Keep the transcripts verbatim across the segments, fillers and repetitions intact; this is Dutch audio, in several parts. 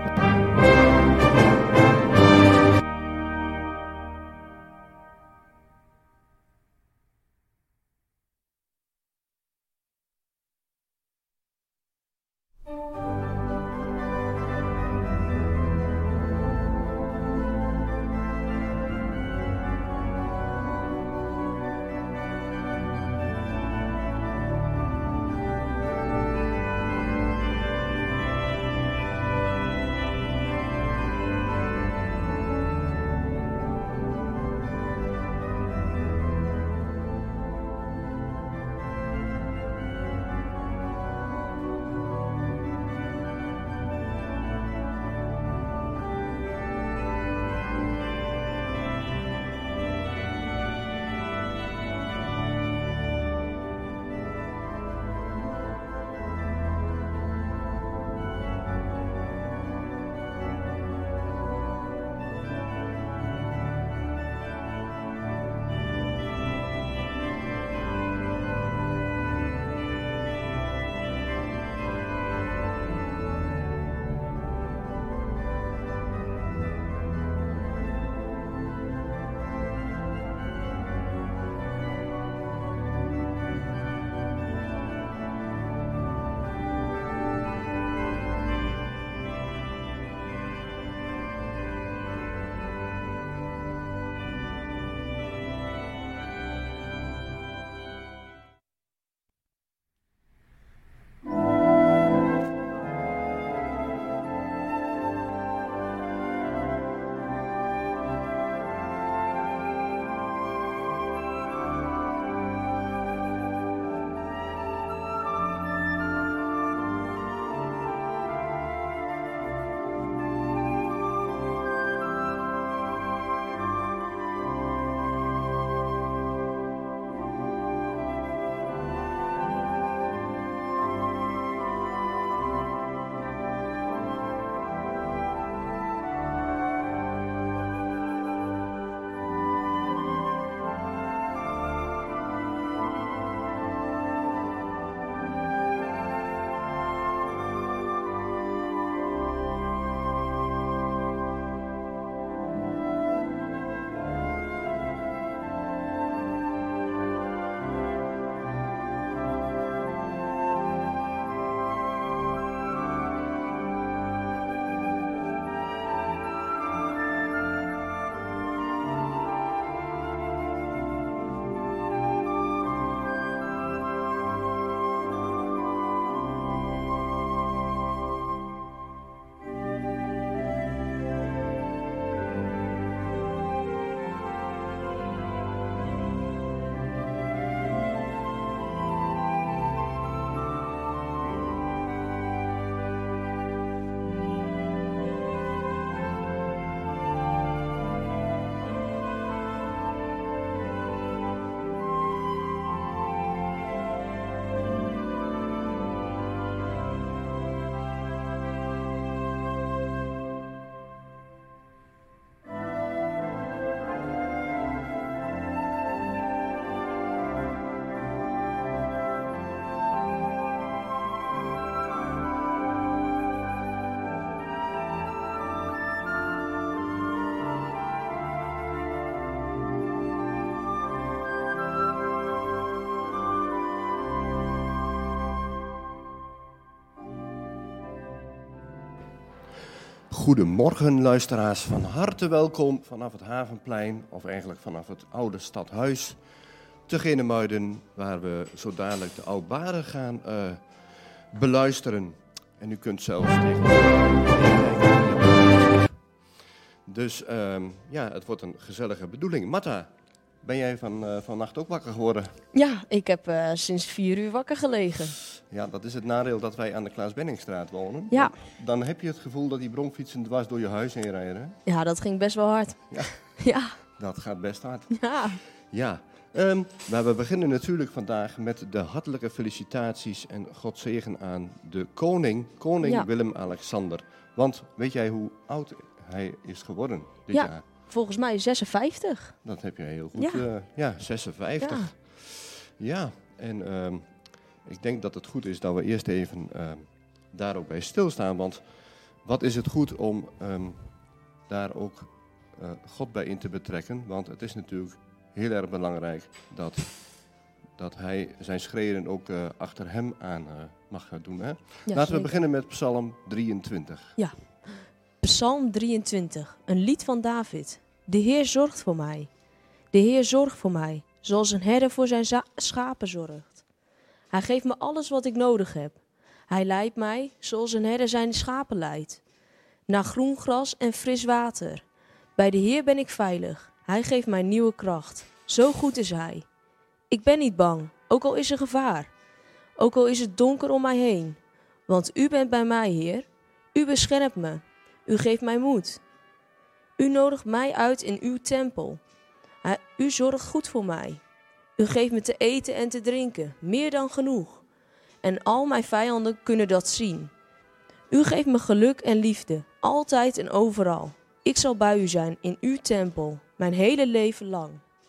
Goedemorgen luisteraars, van harte welkom vanaf het Havenplein, of eigenlijk vanaf het oude stadhuis te Genemuiden, waar we zo dadelijk de oudbaren gaan uh, beluisteren. En u kunt zelfs tegen. Dus um, ja, het wordt een gezellige bedoeling. Marta, ben jij van uh, vannacht ook wakker geworden? Ja, ik heb uh, sinds vier uur wakker gelegen. Ja, dat is het nadeel dat wij aan de Klaas Benningstraat wonen. Ja. Dan heb je het gevoel dat die bromfietsen dwars door je huis heen rijden. Hè? Ja, dat ging best wel hard. Ja. Ja. Dat gaat best hard. Ja. Ja. Um, maar we beginnen natuurlijk vandaag met de hartelijke felicitaties en godzegen aan de koning, koning ja. Willem-Alexander. Want weet jij hoe oud hij is geworden dit ja, jaar? Volgens mij zesenvijftig. Dat heb je heel goed. Ja, uh, ja zesenvijftig. Ja, ja. En um, ik denk dat het goed is dat we eerst even uh, daar ook bij stilstaan. Want wat is het goed om um, daar ook uh, God bij in te betrekken. Want het is natuurlijk heel erg belangrijk dat, dat hij zijn schreden ook uh, achter hem aan uh, mag doen. Hè? Ja, Laten we zeker. beginnen met Psalm drieëntwintig. Ja, Psalm drieëntwintig, een lied van David. De Heer zorgt voor mij. De Heer zorgt voor mij, zoals een herder voor zijn za- schapen zorgt. Hij geeft me alles wat ik nodig heb. Hij leidt mij, zoals een herder zijn schapen leidt. Naar groen gras en fris water. Bij de Heer ben ik veilig. Hij geeft mij nieuwe kracht. Zo goed is Hij. Ik ben niet bang, ook al is er gevaar. Ook al is het donker om mij heen. Want U bent bij mij, Heer. U beschermt me. U geeft mij moed. U nodigt mij uit in Uw tempel. U zorgt goed voor mij. U geeft me te eten en te drinken, meer dan genoeg. En al mijn vijanden kunnen dat zien. U geeft me geluk en liefde, altijd en overal. Ik zal bij U zijn in Uw tempel, mijn hele leven lang.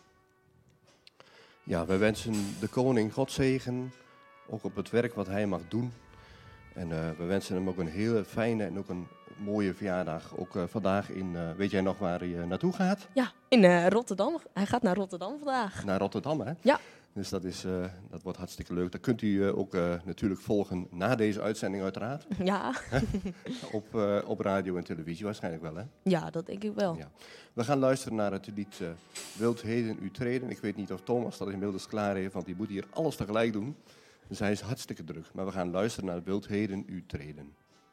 Ja, we wensen de koning God zegen, ook op het werk wat hij mag doen. En uh, we wensen hem ook een hele fijne en ook een mooie verjaardag. Ook uh, vandaag in, uh, weet jij nog waar hij uh, naartoe gaat? Ja, in uh, Rotterdam. Hij gaat naar Rotterdam vandaag. Naar Rotterdam, hè? Ja. Dus dat, is, uh, dat wordt hartstikke leuk. Dat kunt u uh, ook uh, natuurlijk volgen na deze uitzending uiteraard. Ja. op, uh, op radio en televisie waarschijnlijk wel, hè? Ja, dat denk ik wel. Ja. We gaan luisteren naar het lied uh, Wilt heden u treden. Ik weet niet of Thomas dat inmiddels klaar heeft, want die moet hier alles tegelijk doen. Dus hij is hartstikke druk. Maar we gaan luisteren naar Wilt heden u treden.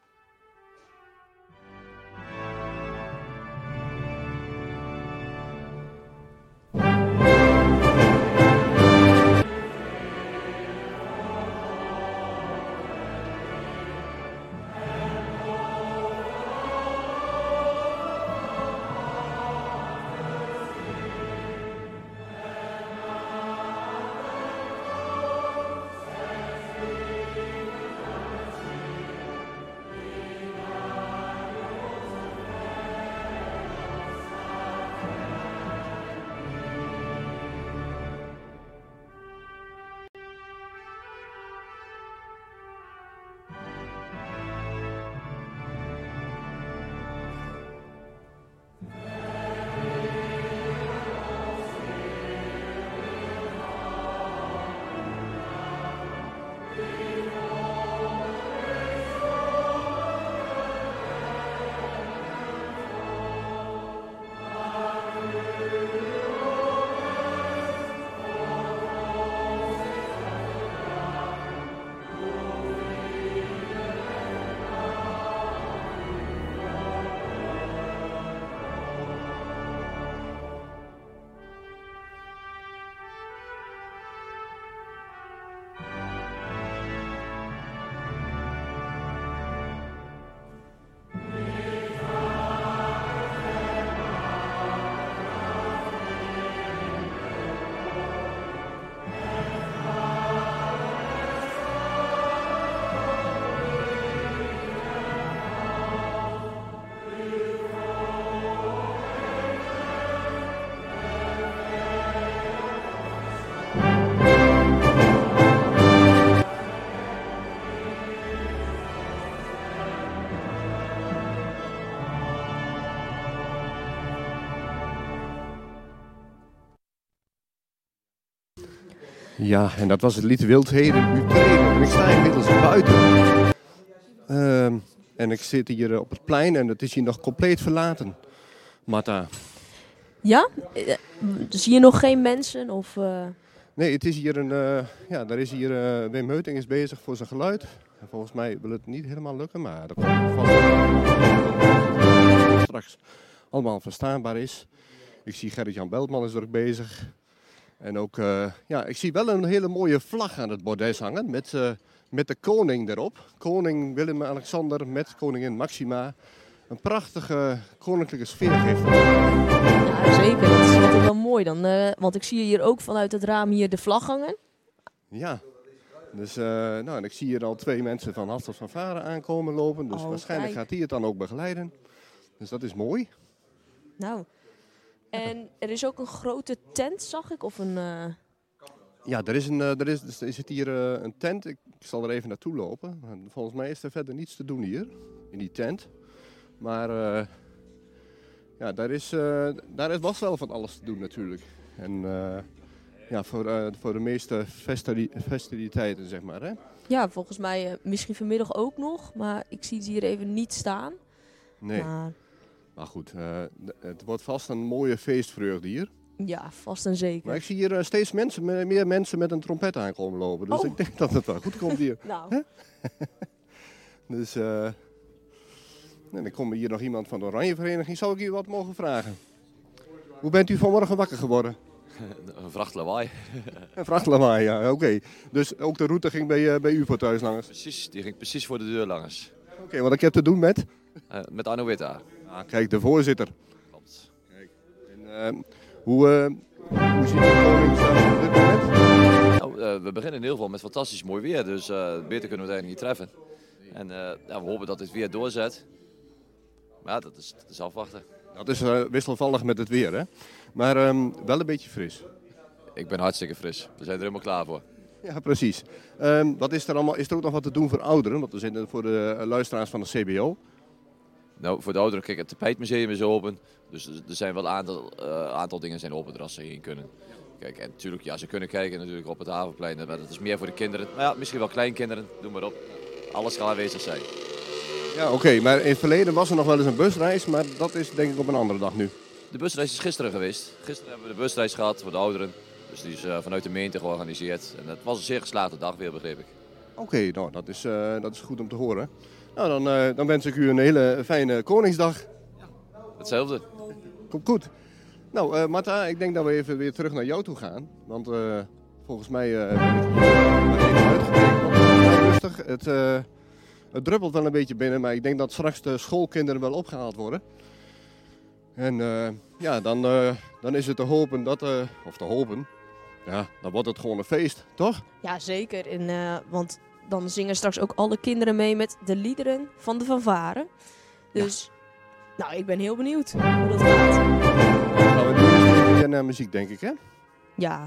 Ja, en dat was het lied Wilt heden u treden. En ik sta inmiddels buiten. Uh, en ik zit hier op het plein en het is hier nog compleet verlaten. Marta. Ja? Zie je nog geen mensen? Of, uh... Nee, het is hier een... Uh, ja, daar is hier... Uh, Wim Heuting is bezig voor zijn geluid. En volgens mij wil het niet helemaal lukken, maar dat komt vast straks allemaal verstaanbaar is. Ik zie Gerrit-Jan Beltman is druk bezig. En ook, uh, ja, ik zie wel een hele mooie vlag aan het bordes hangen met, uh, met de koning erop. Koning Willem-Alexander met koningin Maxima. Een prachtige koninklijke sfeer geeft het. Ja, zeker. Dat is altijd wel mooi dan. Uh, want ik zie hier ook vanuit het raam hier de vlag hangen. Ja. Dus, uh, nou, en ik zie hier al twee mensen van Hasselt van Varen aankomen lopen. Dus oh, waarschijnlijk kijk. gaat hij het dan ook begeleiden. Dus dat is mooi. Nou... En er is ook een grote tent, zag ik, of een... Uh... Ja, er, is een, uh, er, is, er zit hier uh, een tent. Ik zal er even naartoe lopen. Volgens mij is er verder niets te doen hier, in die tent. Maar uh, ja, daar is, uh, daar is was wel van alles te doen natuurlijk. En uh, ja, voor, uh, voor de meeste festi- festiviteiten, zeg maar. Hè? Ja, volgens mij uh, misschien vanmiddag ook nog, maar ik zie het hier even niet staan. Nee. Maar, maar goed, uh, het wordt vast een mooie feestvreugde hier. Ja, vast en zeker. Maar ik zie hier uh, steeds mensen, meer mensen met een trompet aankomen lopen. Dus oh. ik denk dat het wel goed komt hier. Nou. Dus uh, en dan komt hier nog iemand van de Oranje Vereniging. Zou ik u wat mogen vragen? Hoe bent u vanmorgen wakker geworden? Een vrachtlawaai. Een vrachtlawaai, ja, oké. Okay. Dus ook de route ging bij, uh, bij u voor thuis langs? Precies, die ging precies voor de deur langs. Oké, okay, wat ik heb te doen met? Uh, met Arno Witta. Ah, kijk, de voorzitter. Klopt. Kijk. En, uh, hoe, uh, hoe ziet de Koningsdag op dit moment? Nou, uh, we beginnen in ieder geval met fantastisch mooi weer, dus uh, beter kunnen we het eigenlijk niet treffen. En uh, ja, we hopen dat dit weer doorzet. Maar ja, dat is, dat is afwachten. Dat is uh, wisselvallig met het weer, hè? Maar um, wel een beetje fris. Ik ben hartstikke fris. We zijn er helemaal klaar voor. Ja, precies. Um, wat is er allemaal? Is er ook nog wat te doen voor ouderen? Want we zitten voor de uh, luisteraars van de C B O. Nou, voor de ouderen, kijk, het tapijtmuseum is open. Dus er zijn wel een aantal, uh, aantal dingen zijn open er als ze heen kunnen. Kijk, en natuurlijk, ja, ze kunnen kijken natuurlijk op het Havenplein. Maar dat is meer voor de kinderen. Maar ja, misschien wel kleinkinderen. Doe maar op. Alles zal aanwezig zijn. Ja, oké. Okay, maar in het verleden was er nog wel eens een busreis. Maar dat is denk ik op een andere dag nu. De busreis is gisteren geweest. Gisteren hebben we de busreis gehad voor de ouderen. Dus die is uh, vanuit de gemeente georganiseerd. En het was een zeer geslaagde dag weer, begreep ik. Oké, okay, nou, dat is, uh, dat is goed om te horen. Nou, dan, uh, dan wens ik u een hele fijne Koningsdag. Ja, hetzelfde. Komt goed. Nou, uh, Marta, ik denk dat we even weer terug naar jou toe gaan. Want uh, volgens mij uh, ben ik hier even uitgekeken. Rustig. Het, uh, het druppelt wel een beetje binnen, maar ik denk dat straks de schoolkinderen wel opgehaald worden. En uh, ja, dan, uh, dan is het te hopen dat, uh, of te hopen, ja, dan wordt het gewoon een feest, toch? Ja, zeker. En, uh, want dan zingen straks ook alle kinderen mee met de liederen van de fanfare. Dus, ja. Nou, ik ben heel benieuwd hoe dat gaat. Dan gaan we nu eens weer naar muziek, denk ik, hè? Ja.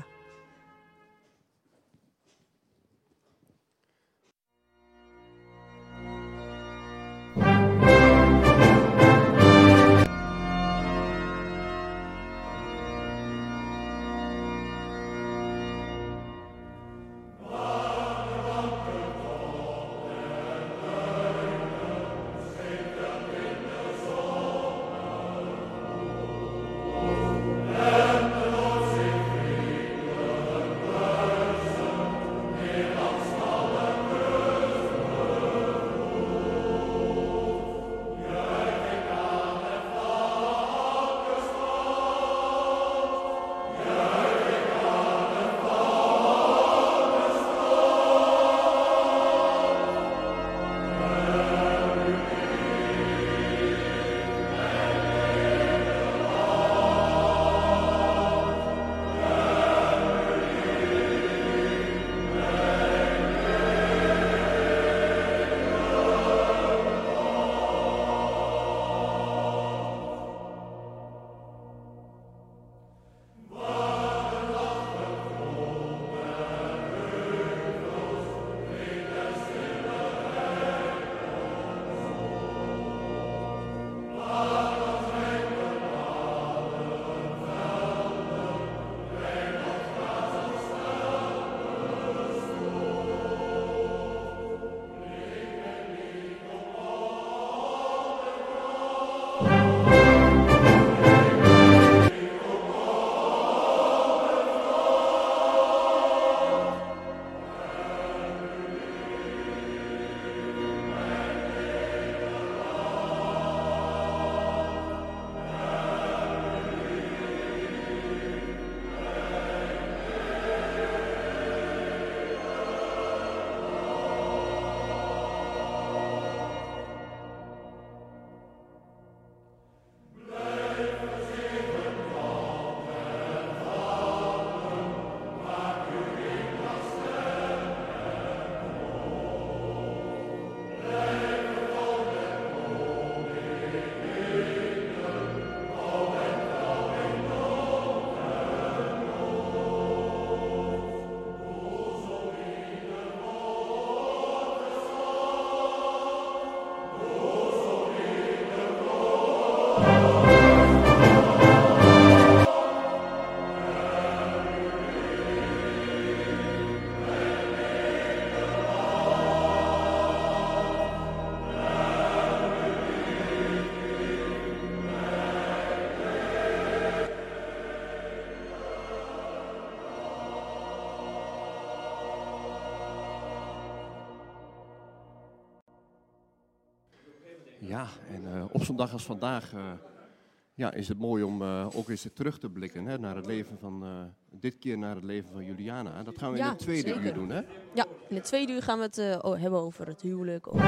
Ja, en uh, op zo'n dag als vandaag uh, ja, is het mooi om uh, ook eens terug te blikken hè, naar het leven van, uh, dit keer naar het leven van Juliana. Dat gaan we Ja, in het tweede zeker. uur doen, hè? Ja, in het tweede uur gaan we het uh, o- hebben over het huwelijk, over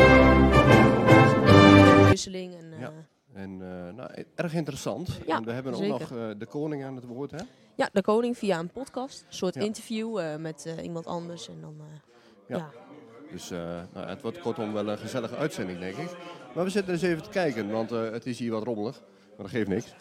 de wisseling en... Uh, Ja. En uh, nou, erg interessant. Ja, en we hebben zeker. ook nog uh, de koning aan het woord, hè? Ja, de koning via een podcast. Een soort Ja. interview uh, met uh, iemand anders. En dan, uh, Ja. ja. Dus uh, nou, het wordt kortom wel een gezellige uitzending, denk ik. Maar we zitten eens even te kijken, want uh, het is hier wat rommelig. Maar dat geeft niks.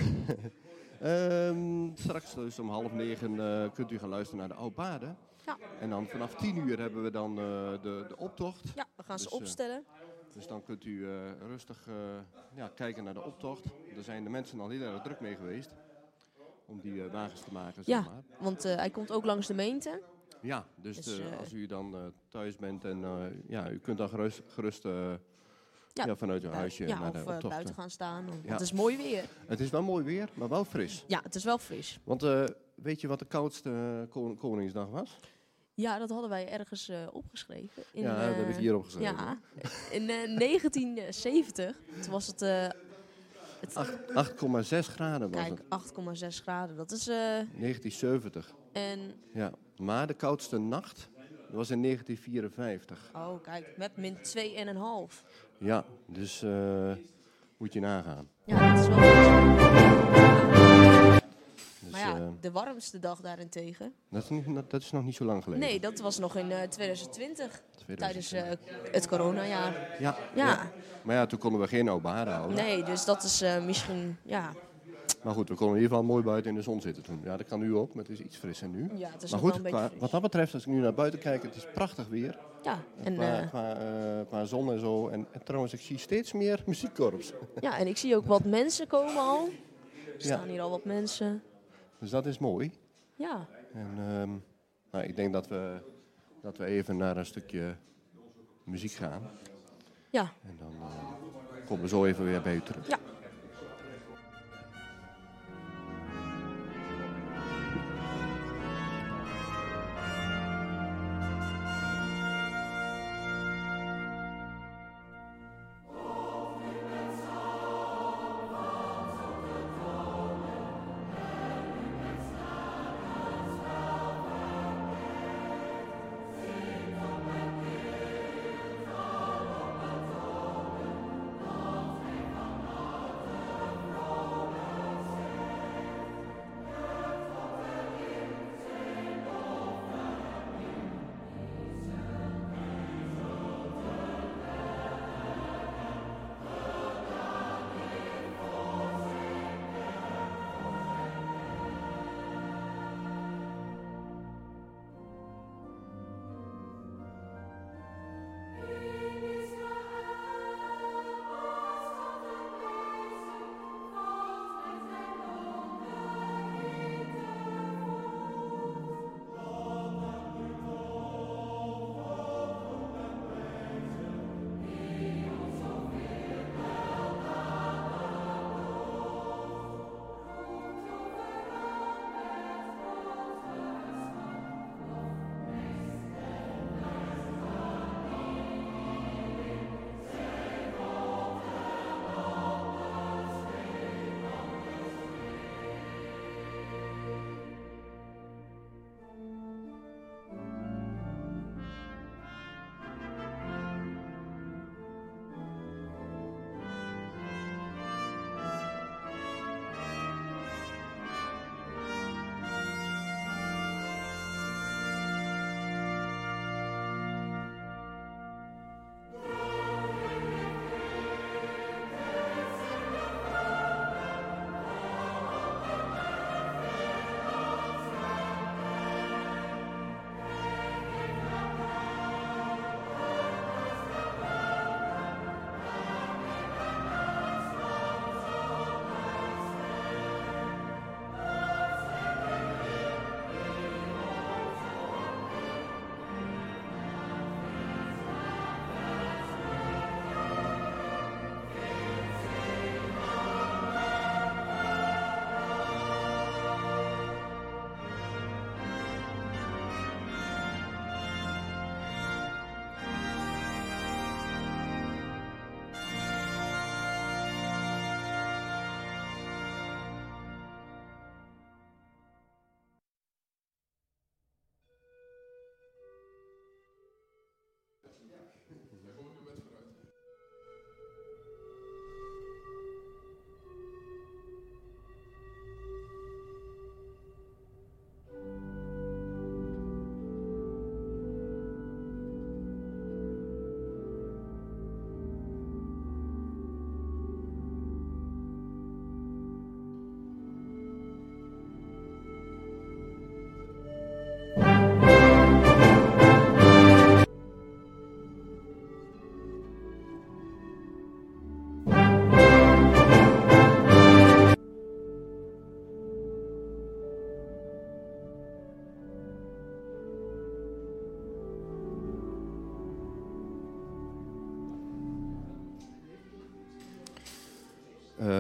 um, straks dus om half negen uh, kunt u gaan luisteren naar de Oudbaden. Ja. En dan vanaf tien uur hebben we dan uh, de, de optocht. Ja, we gaan ze Dus, uh, opstellen. Dus dan kunt u uh, rustig uh, ja, kijken naar de optocht. Daar zijn de mensen al heel erg druk mee geweest. Om die uh, wagens te maken, zeg Ja, maar. want uh, hij komt ook langs de meente. Ja, dus, Dus, de, uh, als u dan uh, thuis bent en uh, ja, u kunt dan gerust, gerust uh, Ja, ja, vanuit uw huisje ja, naar of de uh, optocht. buiten gaan staan. Want Ja. Het is mooi weer. Het is wel mooi weer, maar wel fris. Ja, het is wel fris. Want uh, weet je wat de koudste uh, kon- Koningsdag was? Ja, dat hadden wij ergens uh, opgeschreven. In, Ja, dat uh, heb ik hier opgeschreven. Ja, in uh, negentien zeventig. Toen was het, uh, het acht komma zes graden was kijk, het. acht komma zes graden. Dat is... Uh, negentien zeventig. en, Ja. Maar de koudste nacht was in negentien vierenvijftig. oh, kijk, met min twee komma vijf. Ja, dus uh, moet je nagaan. Ja, dat is wel... Ja. Dus, Maar ja, uh, de warmste dag daarentegen. dat, is niet, dat is nog niet zo lang geleden. Nee, dat was nog in uh, twintig twintig. tweeduizend Tijdens uh, het coronajaar. Ja, Ja. ja. Maar ja, toen konden we geen Oudbaden houden. Nee, dus dat is uh, misschien... Ja, Maar goed, we konden in ieder geval mooi buiten in de zon zitten toen. Ja, dat kan nu ook, maar het is iets frisser nu. ja het is Maar nog goed, wel een qua, beetje fris. wat dat betreft, als ik nu naar buiten kijk, het is prachtig weer. Ja, en, qua, uh, qua, uh, qua zon en zo. En, en trouwens, ik zie steeds meer muziekkorps. ja, en ik zie ook wat mensen komen al. Er Ja. staan hier al wat mensen. Dus dat is mooi. Ja, En um, nou, ik denk dat we, dat we even naar een stukje muziek gaan. ja, En dan uh, komen we zo even weer bij u terug. ja.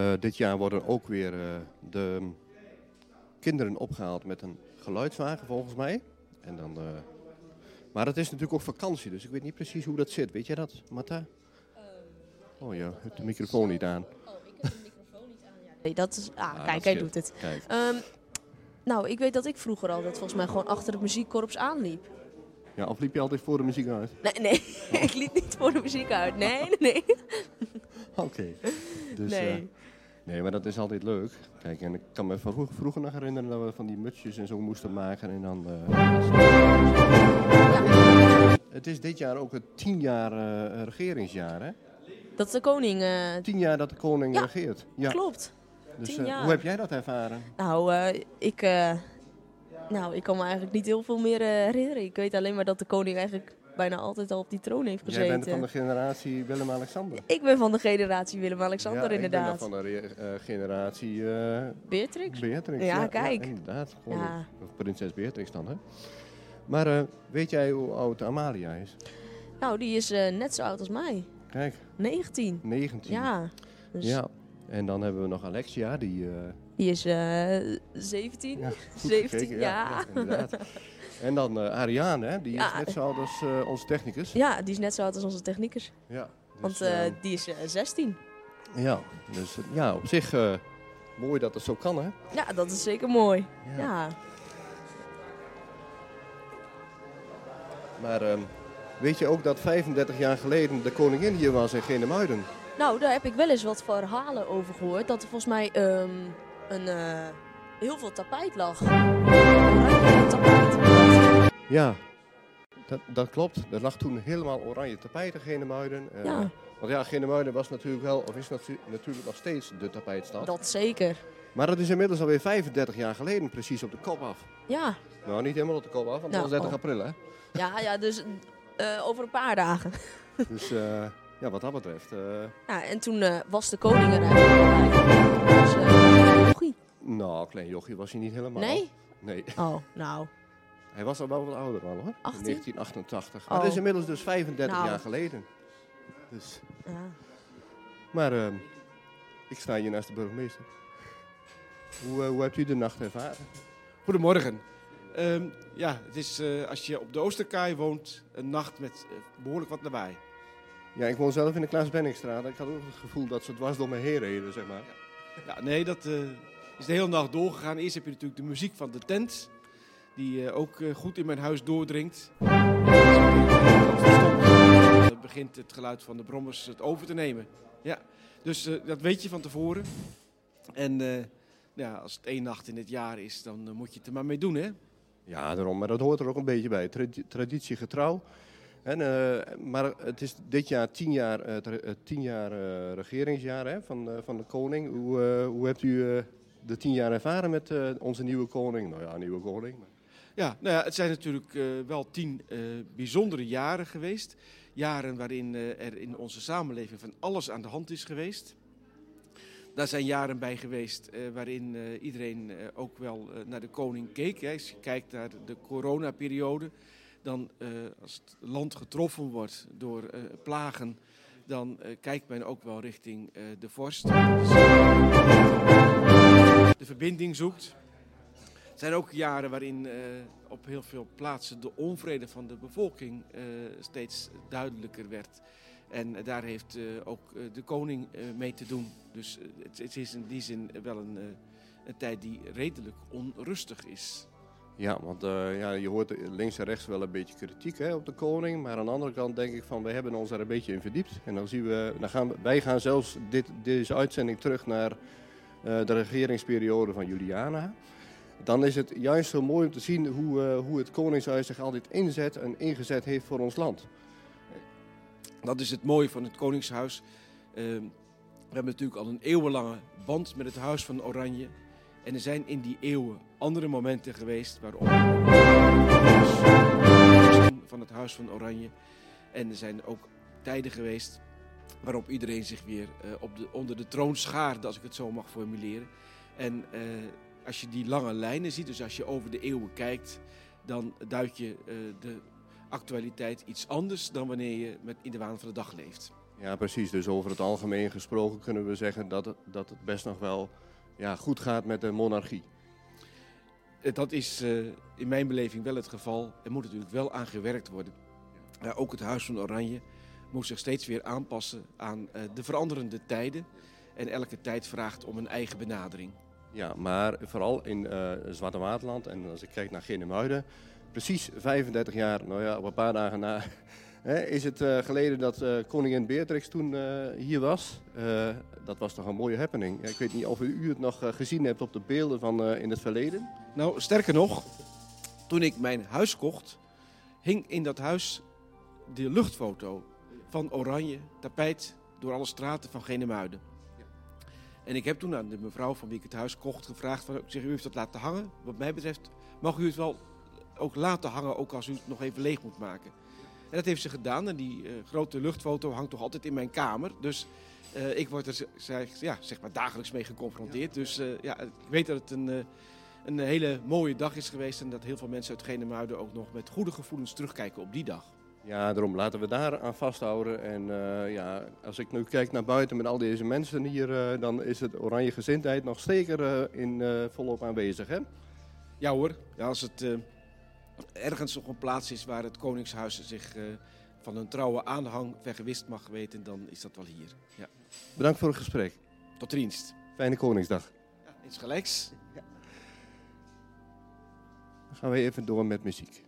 Uh, dit jaar worden ook weer uh, de kinderen opgehaald met een geluidswagen volgens mij. En dan, uh... Maar het is natuurlijk ook vakantie, dus ik weet niet precies hoe dat zit. Weet jij dat, Marta? Oh ja, je hebt de microfoon niet aan. Oh, ik heb de microfoon niet aan. Ja. Nee, dat is... Ah, Ah, kijk, dat hij is- doet het. Kijk. Um, nou, ik weet dat ik vroeger altijd volgens mij gewoon achter het muziekkorps aanliep. Ja, of liep je altijd voor de muziek uit? Nee, nee. ik liep niet voor de muziek uit. Nee, nee, nee. Oké. Okay. Dus, nee. uh, nee, maar dat is altijd leuk. Kijk, en ik kan me van vroeger, vroeger nog herinneren dat we van die mutsjes en zo moesten maken. En dan, uh... Ja. Het is dit jaar ook het tien jaar uh, regeringsjaar, hè? Dat de koning... Uh... Tien jaar dat de koning Ja, regeert. Ja, klopt. Dus, tien uh, jaar. hoe heb jij dat ervaren? Nou, uh, ik, uh, nou, ik kan me eigenlijk niet heel veel meer uh, herinneren. Ik weet alleen maar dat de koning eigenlijk bijna altijd al op die troon heeft gezeten. Jij bent van de generatie Willem-Alexander. Ik ben van de generatie Willem-Alexander, ja, inderdaad. Ik ben van de re- uh, generatie... Uh, Beatrix? Beatrix, ja, ja. kijk. Ja, inderdaad. Gewoon Ja. Of prinses Beatrix dan, hè? Maar uh, weet jij hoe oud Amalia is? Nou, die is uh, net zo oud als mij. Kijk. negentien. negentien. Ja. Dus Ja. En dan hebben we nog Alexia, die... Uh, die is uh, zeventien. Ja, zeventien, gekeken, ja. ja, ja inderdaad. En dan uh, Ariane, hè? Die Ja. is net zo oud als uh, onze technicus. Ja, die is net zo oud als onze technicus. Ja. Dus, Want uh, uh, die is uh, zestien. ja, dus uh, ja, op zich uh, mooi dat het zo kan, hè? Ja, dat is zeker mooi. Ja. Ja. Maar um, weet je ook dat vijfendertig jaar geleden de koningin hier was in Genemuiden? Nou, daar heb ik wel eens wat verhalen over gehoord. Dat er volgens mij um, een, uh, heel veel tapijt lag. Oranje tapijt. Ja, dat, dat klopt. Er lag toen helemaal oranje tapijt in Genemuiden. Uh, Ja. Want ja, Genemuiden was natuurlijk wel, of is natu- natuurlijk nog steeds de tapijtstad. Dat zeker. Maar dat is inmiddels alweer vijfendertig jaar geleden precies op de kop af. Ja. Nou, niet helemaal op de kop af, want Nou, dat was dertig oh. april, hè? Ja, ja, dus uh, over een paar dagen. Dus uh, ja, wat dat betreft... Uh, Ja, en toen uh, was de koning er eigenlijk al bij. Dus, uh, jochie. nou, klein jochie was hij niet helemaal. Nee? Nee. Oh, nou. Hij was al wel wat ouder al, hoor. achttien? In negentien achtentachtig. Oh. Maar dat is inmiddels dus vijfendertig Nou. jaar geleden. Dus. Ja. Maar uh, ik sta hier naast de burgemeester. Hoe, uh, hoe hebt u de nacht ervaren? Goedemorgen. Um, ja, het is uh, als je op de Oosterkaai woont, een nacht met uh, behoorlijk wat lawaai. Ja, ik woon zelf in de Klaas Benningstraat. Ik had ook het gevoel dat ze dwars door me heen reden, zeg maar. Ja, nee, dat uh, is de hele nacht doorgegaan. Eerst heb je natuurlijk de muziek van de tent, die uh, ook uh, goed in mijn huis doordringt. Dan begint het geluid van de brommers het over te nemen. Ja, dus uh, dat weet je van tevoren. En uh, ja, als het één nacht in het jaar is, dan uh, moet je het er maar mee doen, hè? Ja, daarom. Maar dat hoort er ook een beetje bij. Tradi- traditiegetrouw. En, uh, maar het is dit jaar tien jaar, uh, tra- uh, tien jaar uh, regeringsjaar hè, van, uh, van de koning. Hoe, uh, hoe hebt u uh, de tien jaar ervaren met uh, onze nieuwe koning? Nou ja, nieuwe koning. Maar... Ja, nou ja, het zijn natuurlijk uh, wel tien uh, bijzondere jaren geweest. Jaren waarin uh, er in onze samenleving van alles aan de hand is geweest. Daar zijn jaren bij geweest uh, waarin uh, iedereen uh, ook wel uh, naar de koning keek. Hè. Als je kijkt naar de coronaperiode, dan uh, als het land getroffen wordt door uh, plagen, dan uh, kijkt men ook wel richting uh, de vorst. Dus, de verbinding zoekt. Er zijn ook jaren waarin uh, op heel veel plaatsen de onvrede van de bevolking uh, steeds duidelijker werd. En uh, daar heeft uh, ook uh, de koning uh, mee te doen. Dus uh, het, het is in die zin wel een, uh, een tijd die redelijk onrustig is. Ja, want uh, ja, je hoort links en rechts wel een beetje kritiek hè, op de koning. Maar aan de andere kant denk ik van, we hebben ons er een beetje in verdiept. En dan zien we, dan gaan we, wij gaan zelfs dit, deze uitzending terug naar uh, de regeringsperiode van Juliana. Dan is het juist zo mooi om te zien hoe, uh, hoe het Koningshuis zich altijd inzet en ingezet heeft voor ons land. Dat is het mooie van het Koningshuis. Uh, we hebben natuurlijk al een eeuwenlange band met het Huis van Oranje. En er zijn in die eeuwen andere momenten geweest waarop van het Huis van Oranje. En er zijn ook tijden geweest waarop iedereen zich weer uh, op de, onder de troon schaarde, als ik het zo mag formuleren. En uh, als je die lange lijnen ziet, dus als je over de eeuwen kijkt, dan duidt je uh, de actualiteit iets anders dan wanneer je met in de waan van de dag leeft. Ja, precies. Dus over het algemeen gesproken kunnen we zeggen dat het, dat het best nog wel ja, goed gaat met de monarchie. Dat is uh, in mijn beleving wel het geval. Er moet natuurlijk wel aan gewerkt worden. Uh, ook het Huis van Oranje moet zich steeds weer aanpassen aan uh, de veranderende tijden. En elke tijd vraagt om een eigen benadering. Ja, maar vooral in uh, Zwarte Waterland en als ik kijk naar Genemuiden, precies vijfendertig jaar, nou ja, op een paar dagen na, hè, is het uh, geleden dat uh, koningin Beatrix toen uh, hier was. Uh, dat was toch een mooie happening. Ik weet niet of u het nog uh, gezien hebt op de beelden van uh, in het verleden. Nou, sterker nog, toen ik mijn huis kocht, hing in dat huis de luchtfoto van Oranje, tapijt door alle straten van Genemuiden. En ik heb toen aan de mevrouw van wie ik het huis kocht gevraagd, van, ik zeg, u heeft dat laten hangen. Wat mij betreft mag u het wel ook laten hangen, ook als u het nog even leeg moet maken. En dat heeft ze gedaan en die uh, grote luchtfoto hangt toch altijd in mijn kamer. Dus uh, ik word er zeg, ja, zeg maar dagelijks mee geconfronteerd. Dus uh, ja, ik weet dat het een, uh, een hele mooie dag is geweest en dat heel veel mensen uit Genemuiden ook nog met goede gevoelens terugkijken op die dag. Ja, daarom laten we daar aan vasthouden. En uh, ja, als ik nu kijk naar buiten met al deze mensen hier, uh, dan is het oranje gezindheid nog zeker uh, in, uh, volop aanwezig, hè? Ja hoor, ja, als het uh, ergens nog een plaats is waar het Koningshuis zich uh, van een trouwe aanhang vergewist mag weten, dan is dat wel hier. Ja. Bedankt voor het gesprek. Tot dienst. Fijne Koningsdag. Ja, insgelijks. Ja. Dan gaan we even door met muziek.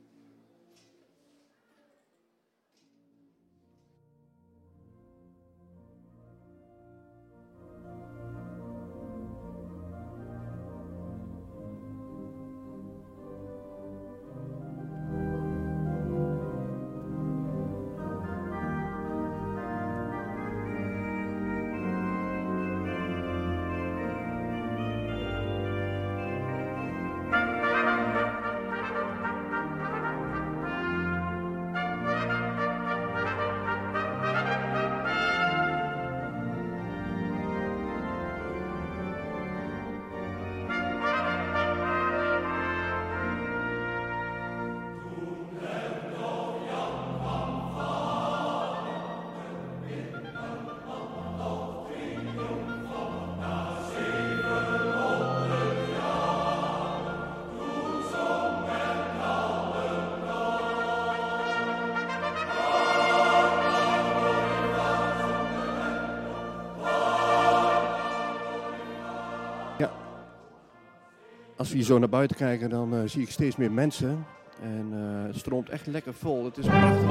Als we hier zo naar buiten kijken, dan uh, zie ik steeds meer mensen. En uh, het stroomt echt lekker vol. Het is prachtig.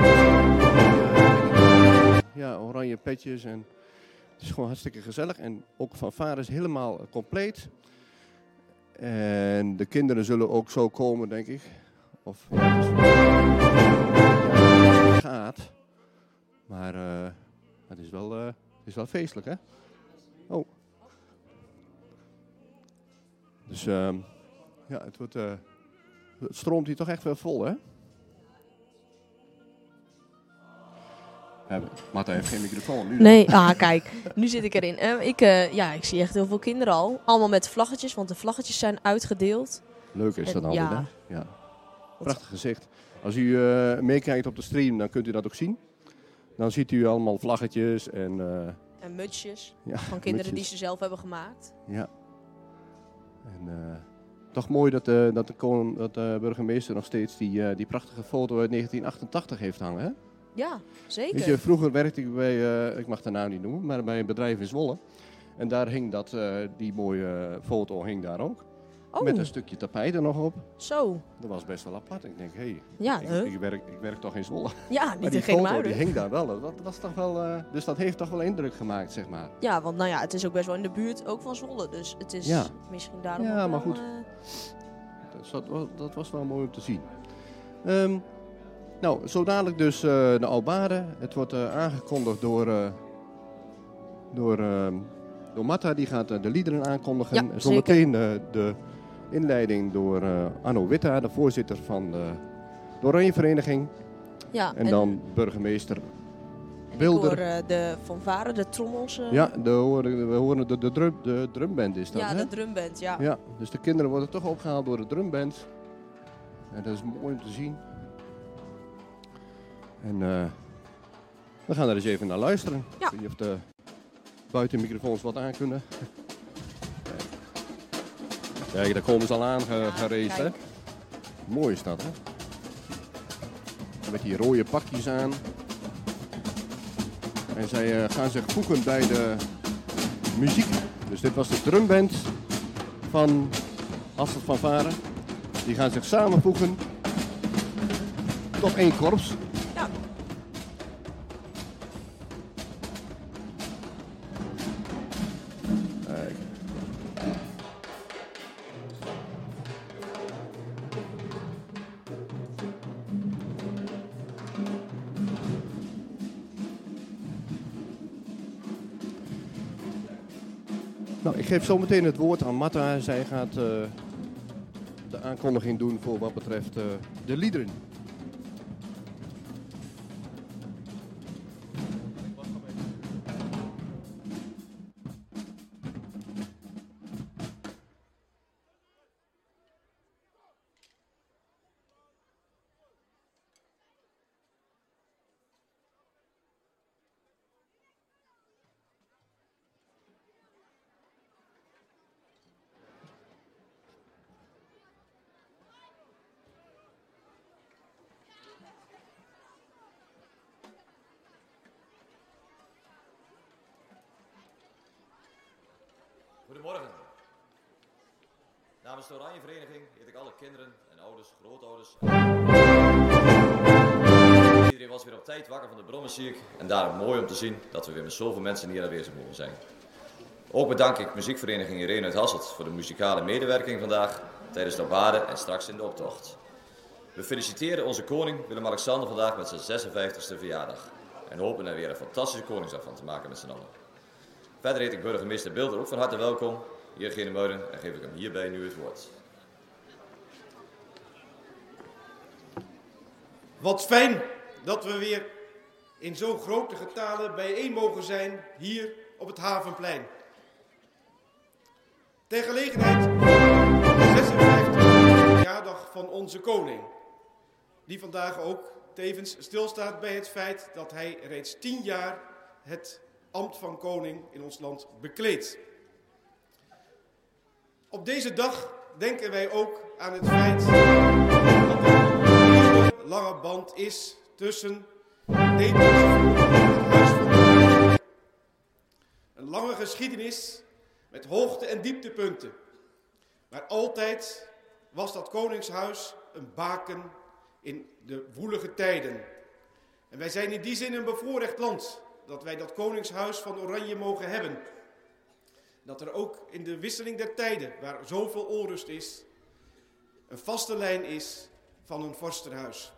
Ja, oranje petjes. En het is gewoon hartstikke gezellig. En ook fanfare is helemaal uh, compleet. En de kinderen zullen ook zo komen, denk ik. Of ja, het is ja, het gaat. Maar uh, het, is wel, uh, het is wel feestelijk, hè? Oh. Dus uh, ja, het, wordt, uh, het stroomt hier toch echt wel vol, hè? Ja, Marta heeft geen microfoon nu. Nee, ah kijk, nu zit ik erin. Uh, ik, uh, ja, ik zie echt heel veel kinderen al. Allemaal met vlaggetjes, want de vlaggetjes zijn uitgedeeld. Leuk is dat en, altijd, ja. hè? Ja. Prachtig gezicht. Als u uh, meekijkt op de stream, dan kunt u dat ook zien. Dan ziet u allemaal vlaggetjes en... Uh, en mutsjes ja, van kinderen mutsjes. die ze zelf hebben gemaakt. Ja. En uh, toch mooi dat, uh, dat de koning, dat de burgemeester nog steeds die, uh, die prachtige foto uit negentien achtentachtig heeft hangen, hè? Ja, zeker. Weet je, vroeger werkte ik bij, uh, ik mag de naam niet noemen, maar bij een bedrijf in Zwolle. En daar hing dat, uh, die mooie foto hing daar ook. Oh. Met een stukje tapijt er nog op. Zo. Dat was best wel apart. Ik denk, hé, hey, ja, ik, huh? ik, werk, ik werk toch in Zwolle. Ja, maar niet die in geen foto muiden. die hing daar wel. Dat, dat was toch wel uh, dus dat heeft toch wel indruk gemaakt, zeg maar. Ja, want nou ja, het is ook best wel in de buurt ook van Zwolle. Dus het is ja. misschien daarom ja, ook maar wel, goed. Uh... Dat, dat, dat was wel mooi om te zien. Um, nou, zo dadelijk dus uh, de Albade. Het wordt uh, aangekondigd door, uh, door, uh, door Marta. Die gaat uh, de liederen aankondigen. Ja, Zometeen uh, de inleiding door uh, Arno Witta, de voorzitter van de, de Oranje Vereniging. Ja, en, en dan burgemeester en Wilder. Ik hoor uh, de fanfare, de trommels. Uh... Ja, de, we horen de, de, drum, de drumband is dat, Ja, hè? de drumband, ja. Ja, dus de kinderen worden toch opgehaald door de drumband. En dat is mooi om te zien. En uh, We gaan er eens even naar luisteren. Ja. Ik weet niet of de buitenmicrofoons wat aan kunnen. Kijk, daar komen ze al aan ge- gereisd, hè? kijk. Mooi is dat, hè? Met die rode pakjes aan. En zij uh, gaan zich voegen bij de muziek. Dus dit was de drumband van Hasselt van Varen. Die gaan zich samenvoegen tot één korps. Ja. Kijk. Nou, ik geef zo meteen het woord aan Marta. Zij gaat uh, de aankondiging doen voor wat betreft uh, de liederen. Goedemorgen. Namens de Oranje Vereniging heet ik alle kinderen en ouders, grootouders. Iedereen was weer op tijd wakker van de brommenziek en daarom mooi om te zien dat we weer met zoveel mensen hier aanwezig mogen zijn. Ook bedank ik muziekvereniging Irene uit Hasselt voor de muzikale medewerking vandaag tijdens de obade en straks in de optocht. We feliciteren onze koning Willem-Alexander vandaag met zijn zesenvijftigste verjaardag en hopen er weer een fantastische koningsdag van te maken met z'n allen. Verder heet ik burgemeester Bilder ook van harte welkom hier in Genemuiden en geef ik hem hierbij nu het woord. Wat fijn dat we weer in zo'n grote getalen bijeen mogen zijn hier op het Havenplein. Ter gelegenheid van de zesenvijftigste verjaardag van onze koning. Die vandaag ook tevens stilstaat bij het feit dat hij reeds tien jaar het ambt van koning in ons land bekleedt. Op deze dag denken wij ook aan het feit dat er een lange band is tussen Nederlandse volk en het Huis van Oranje. Een lange geschiedenis met hoogte- en dieptepunten. Maar altijd was dat koningshuis een baken in de woelige tijden. En wij zijn in die zin een bevoorrecht land dat wij dat koningshuis van Oranje mogen hebben. Dat er ook in de wisseling der tijden, waar zoveel onrust is, een vaste lijn is van een vorstenhuis.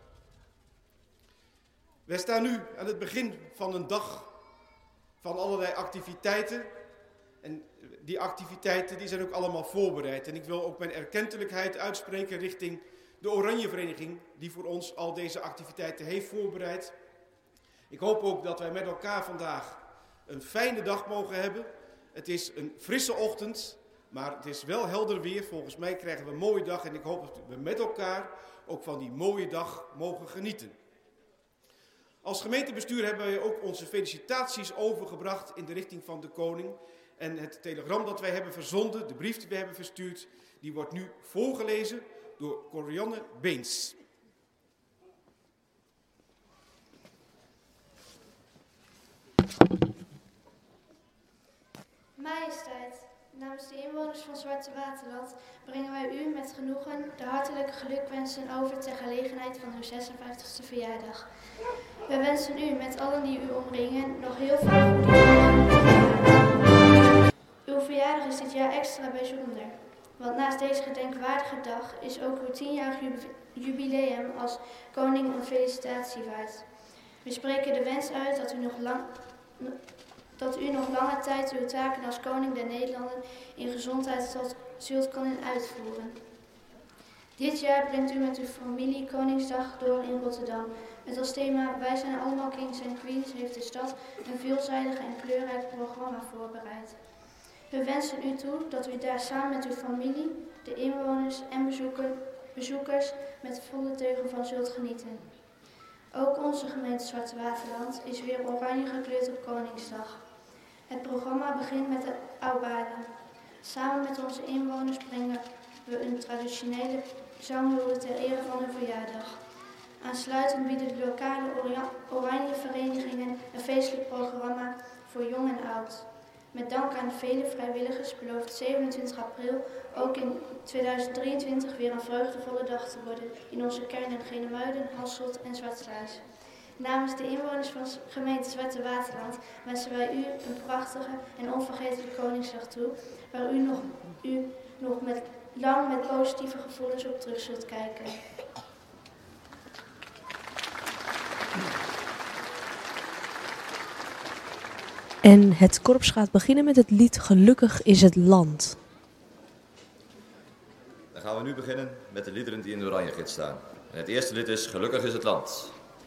Wij staan nu aan het begin van een dag van allerlei activiteiten. En die activiteiten die zijn ook allemaal voorbereid. En ik wil ook mijn erkentelijkheid uitspreken richting de Oranje Vereniging, die voor ons al deze activiteiten heeft voorbereid. Ik hoop ook dat wij met elkaar vandaag een fijne dag mogen hebben. Het is een frisse ochtend, maar het is wel helder weer. Volgens mij krijgen we een mooie dag en ik hoop dat we met elkaar ook van die mooie dag mogen genieten. Als gemeentebestuur hebben wij ook onze felicitaties overgebracht in de richting van de koning. En het telegram dat wij hebben verzonden, de brief die we hebben verstuurd, die wordt nu voorgelezen door Corianne Beens. Majesteit, namens de inwoners van Zwarte Waterland brengen wij u met genoegen de hartelijke gelukwensen over ter gelegenheid van uw zesenvijftigste verjaardag. We wensen u met allen die u omringen nog heel veel goede dingen. Uw verjaardag is dit jaar extra bijzonder, want naast deze gedenkwaardige dag is ook uw tienjarig jubileum als koning een felicitatie waard. We spreken de wens uit dat u nog lang... dat u nog lange tijd uw taken als koning der Nederlanden in gezondheid zult kunnen uitvoeren. Dit jaar brengt u met uw familie Koningsdag door in Rotterdam. Met als thema Wij zijn allemaal kings en queens heeft de stad een veelzijdig en kleurrijk programma voorbereid. We wensen u toe dat u daar samen met uw familie, de inwoners en bezoeker, bezoekers met volle teugen van zult genieten. Ook onze gemeente Zwarte Waterland is weer oranje gekleurd op Koningsdag. Het programma begint met de oudbaden. Samen met onze inwoners brengen we een traditionele zanghulde ter ere van hun verjaardag. Aansluitend bieden de lokale oranje verenigingen een feestelijk programma voor jong en oud. Met dank aan de vele vrijwilligers belooft zevenentwintig april ook in tweeduizend drieëntwintig weer een vreugdevolle dag te worden in onze kernen Genemuiden, Hasselt en Zwartsluis. Namens de inwoners van gemeente Zwarte Waterland wensen wij u een prachtige en onvergetelijke Koningsdag toe, waar u nog, u nog met, lang met positieve gevoelens op terug zult kijken. En het korps gaat beginnen met het lied Gelukkig is het land. Dan gaan we nu beginnen met de liederen die in de oranje gids staan. En het eerste lied is Gelukkig is het land.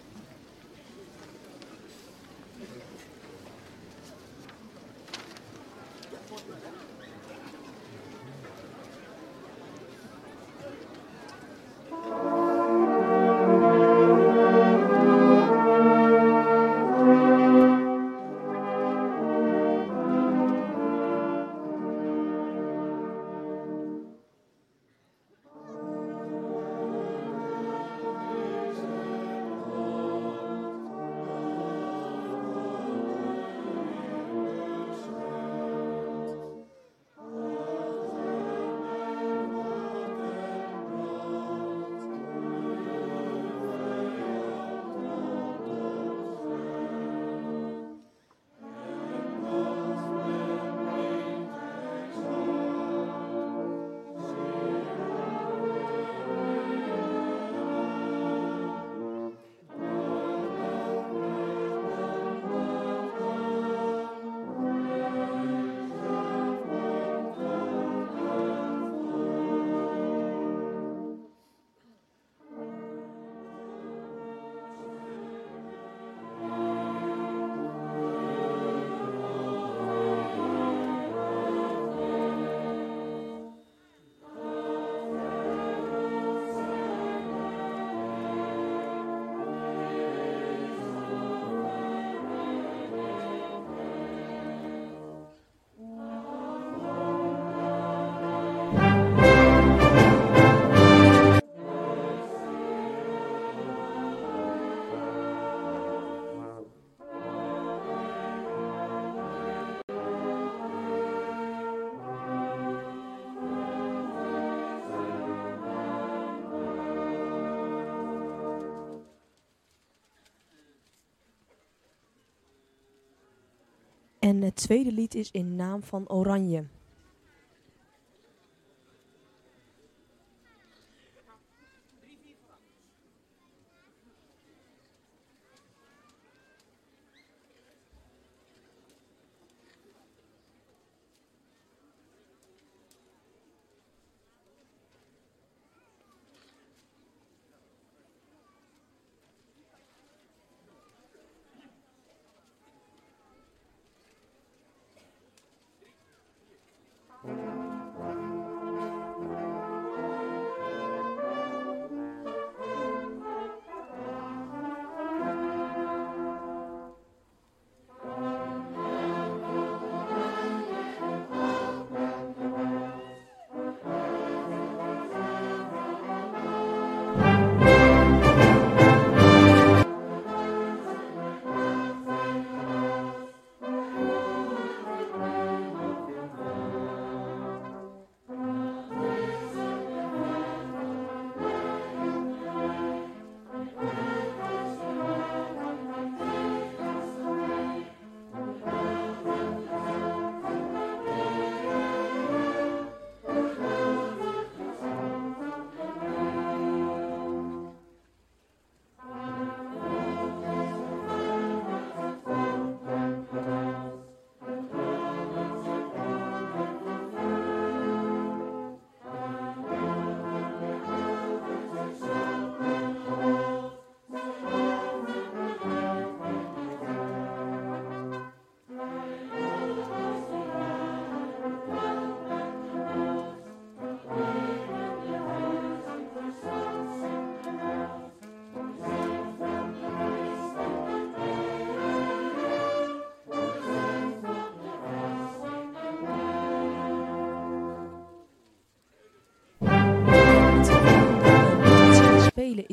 En het tweede lied is in naam van Oranje.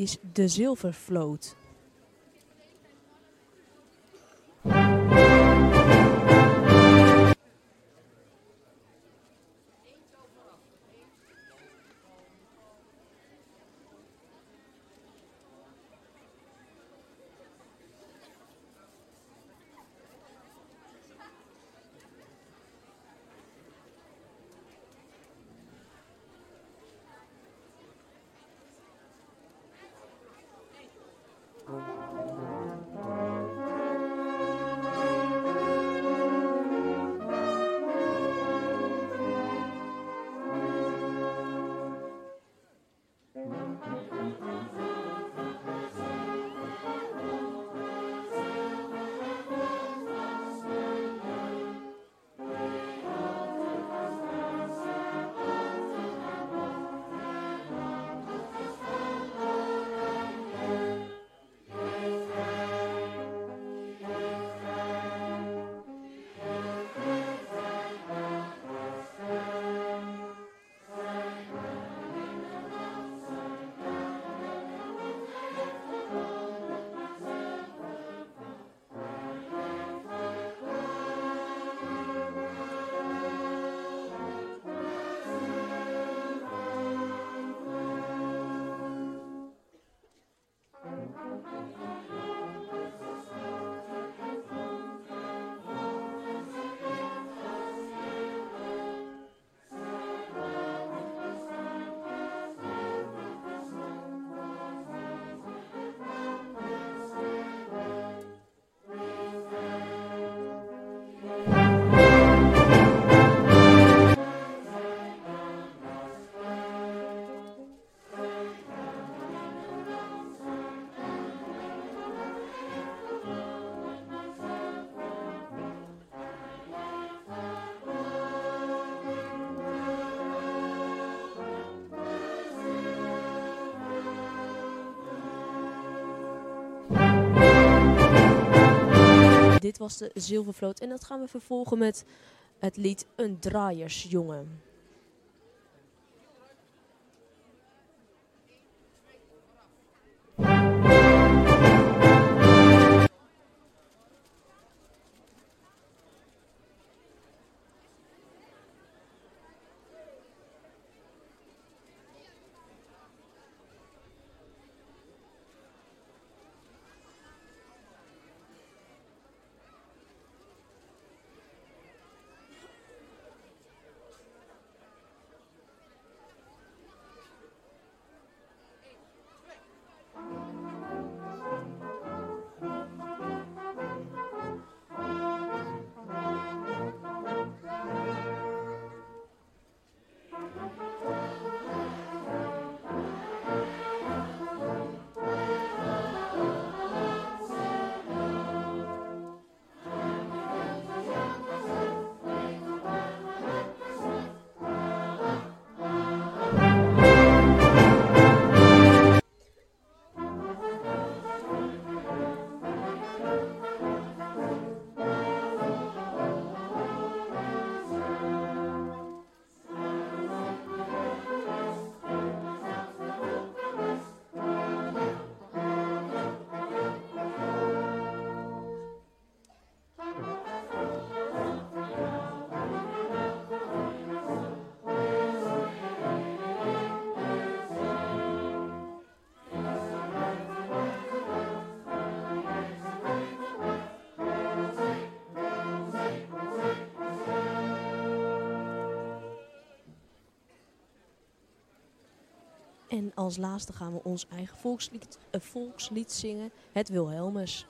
is de Zilvervloot. Dit was de Zilvervloot en dat gaan we vervolgen met het lied Een Draaiersjongen. En als laatste gaan we ons eigen volkslied, uh, volkslied zingen, het Wilhelmus.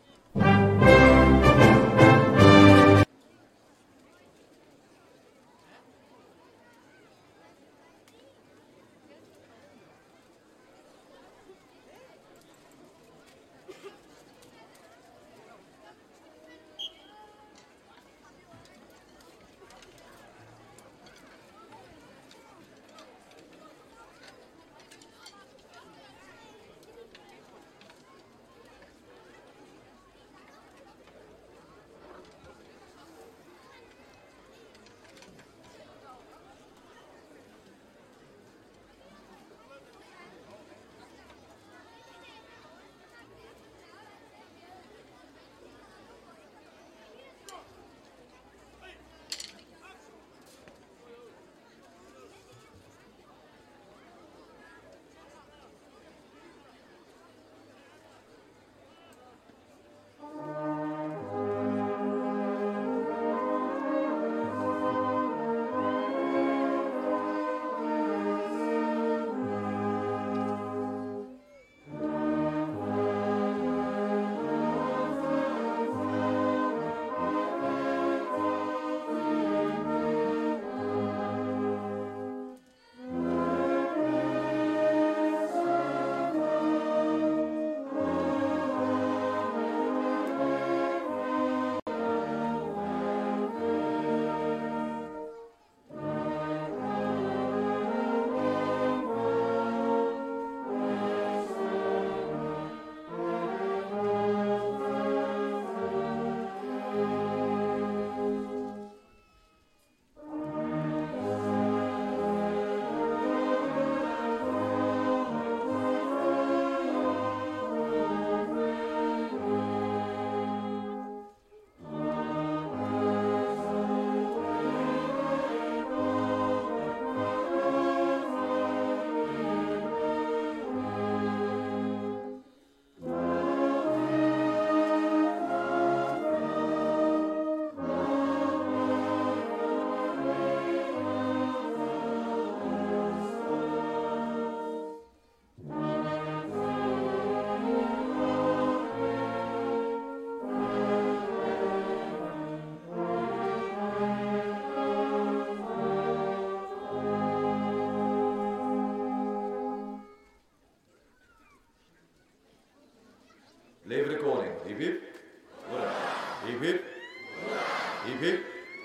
Leven de koning. Hiep hiep. Hoera. Hiep hiep. Hiep hiep.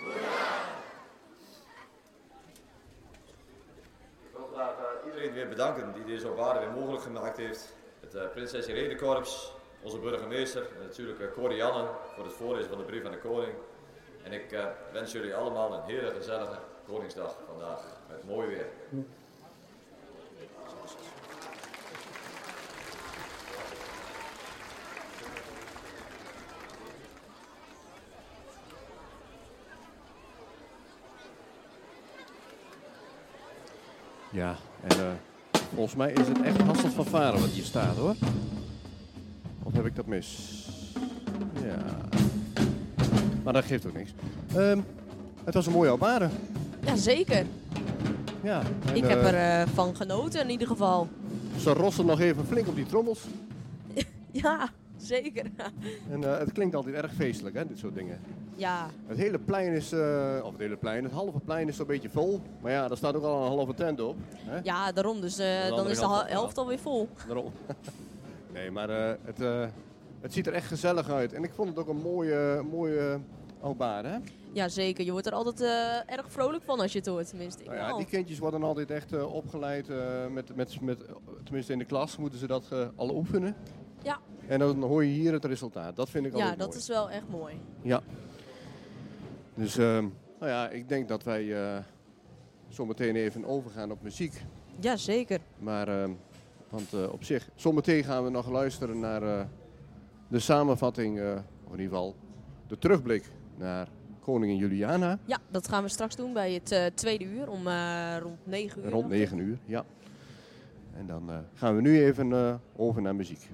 Ik wil graag uh, iedereen weer bedanken die deze opbare weer mogelijk gemaakt heeft. Het uh, Prinses Irene Korps, onze burgemeester en natuurlijk uh, Corrie Jannen voor het voorlezen van de brief aan de koning. En ik uh, wens jullie allemaal een hele gezellige Koningsdag vandaag met mooi weer. Ja, en uh, volgens mij is het echt Hasselt van Varen wat hier staat, hoor. Of heb ik dat mis? Ja. Maar dat geeft ook niks. Um, het was een mooie Aubade. Ja, zeker. Ja. En, ik uh, heb er uh, van genoten in ieder geval. Ze rossen nog even flink op die trommels. Ja, zeker. En uh, het klinkt altijd erg feestelijk, hè, dit soort dingen. Ja. Het hele plein is, uh, of het hele plein, het halve plein is zo'n beetje vol. Maar ja, daar staat ook al een halve tent op. Hè? Ja, daarom. Dus uh, dan is de kant helft alweer vol. Daarom. Nee, maar uh, het, uh, het ziet er echt gezellig uit. En ik vond het ook een mooie, mooie Aubade, hè? Ja, zeker. Je wordt er altijd uh, erg vrolijk van als je het hoort, tenminste. Nou ja, die kindjes worden altijd echt uh, opgeleid, uh, met, met, met, tenminste in de klas moeten ze dat uh, al oefenen. Ja. En dan hoor je hier het resultaat. Dat vind ik altijd Ja, mooi. dat is wel echt mooi. Ja. Dus, uh, nou ja, ik denk dat wij uh, zo meteen even overgaan op muziek. Ja, zeker. Maar, uh, want uh, op zich, zometeen gaan we nog luisteren naar uh, de samenvatting, uh, of in ieder geval de terugblik naar Koningin Juliana. Ja, dat gaan we straks doen bij het uh, tweede uur om uh, rond negen uur. Rond negen uur, ja. En dan uh, gaan we nu even uh, over naar muziek.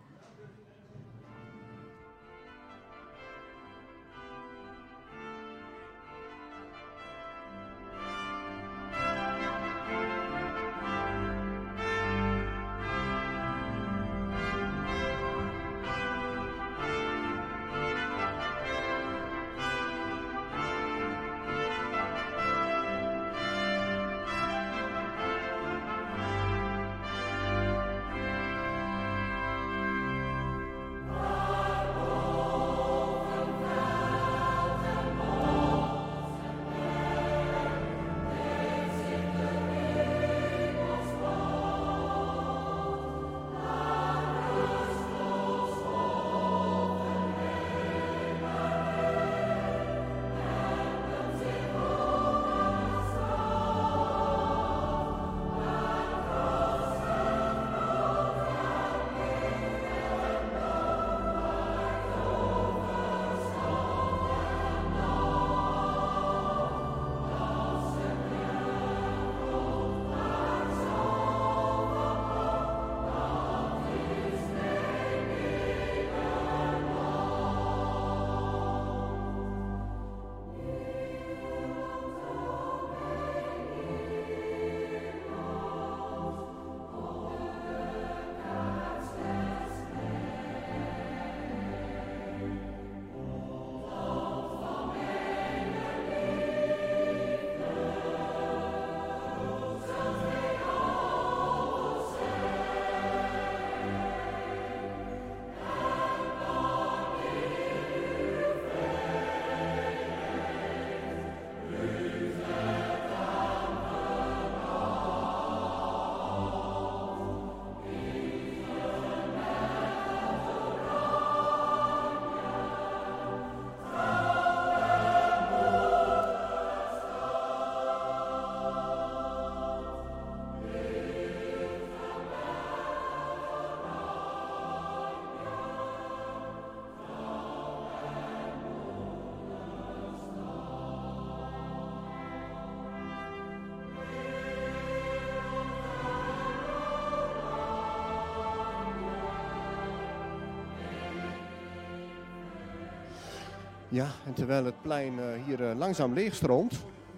Ja, en terwijl het plein uh, hier uh, langzaam leegstroomt,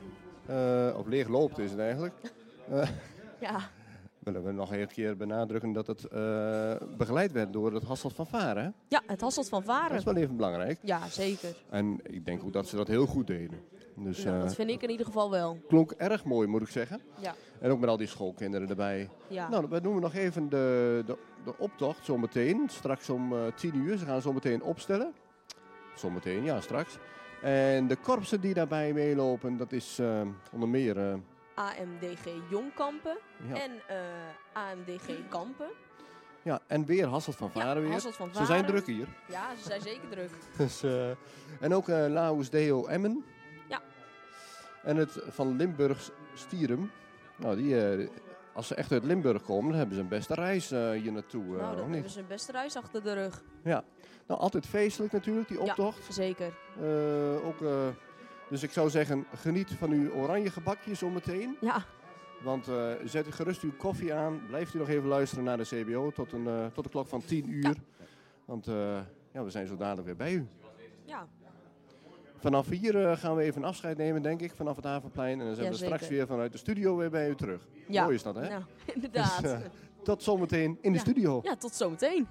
uh, of leeg loopt is het eigenlijk, uh, ja. willen we nog een keer benadrukken dat het uh, begeleid werd door het Hasselt van Varen. Hè? Ja, het Hasselt van Varen. Dat is wel even belangrijk. Ja, zeker. En ik denk ook dat ze dat heel goed deden. Dus, Nou, uh, dat vind ik in ieder geval wel. Klonk erg mooi, moet ik zeggen. Ja. En ook met al die schoolkinderen erbij. Ja. Nou, we doen nog even de, de, de optocht zometeen. Straks om uh, tien uur. Ze gaan zometeen opstellen. Zometeen, ja, straks. En de korpsen die daarbij meelopen, dat is uh, onder meer... Uh, A M D G Jongkampen ja. en uh, A M D G Kampen. Ja, en weer Hasselt van Varen ja, weer. Hasselt van Varen. Ze zijn druk hier. Ja, ze zijn zeker druk. Dus, uh, en ook uh, Laus Deo Emmen. Ja. En het van Limburgs Stierum. Nou, die, uh, als ze echt uit Limburg komen, dan hebben ze een beste reis uh, hier naartoe. Uh, nou, dan niet? hebben ze een beste reis achter de rug. Ja. Nou, altijd feestelijk natuurlijk, die optocht. Ja, zeker. Uh, ook, uh, dus ik zou zeggen, geniet van uw oranje gebakje zometeen. Ja. Want uh, zet u gerust uw koffie aan. Blijft u nog even luisteren naar de C B O tot, een, uh, tot de klok van tien uur. Ja. Want uh, ja, we zijn zo dadelijk weer bij u. Ja. Vanaf hier uh, gaan we even afscheid nemen, denk ik, vanaf het Havenplein. En dan zijn ja, we zeker. straks weer vanuit de studio weer bij u terug. Ja. Mooi is dat, hè? Nou, inderdaad. Dus, uh, tot zometeen in ja. de studio. Ja, tot zometeen.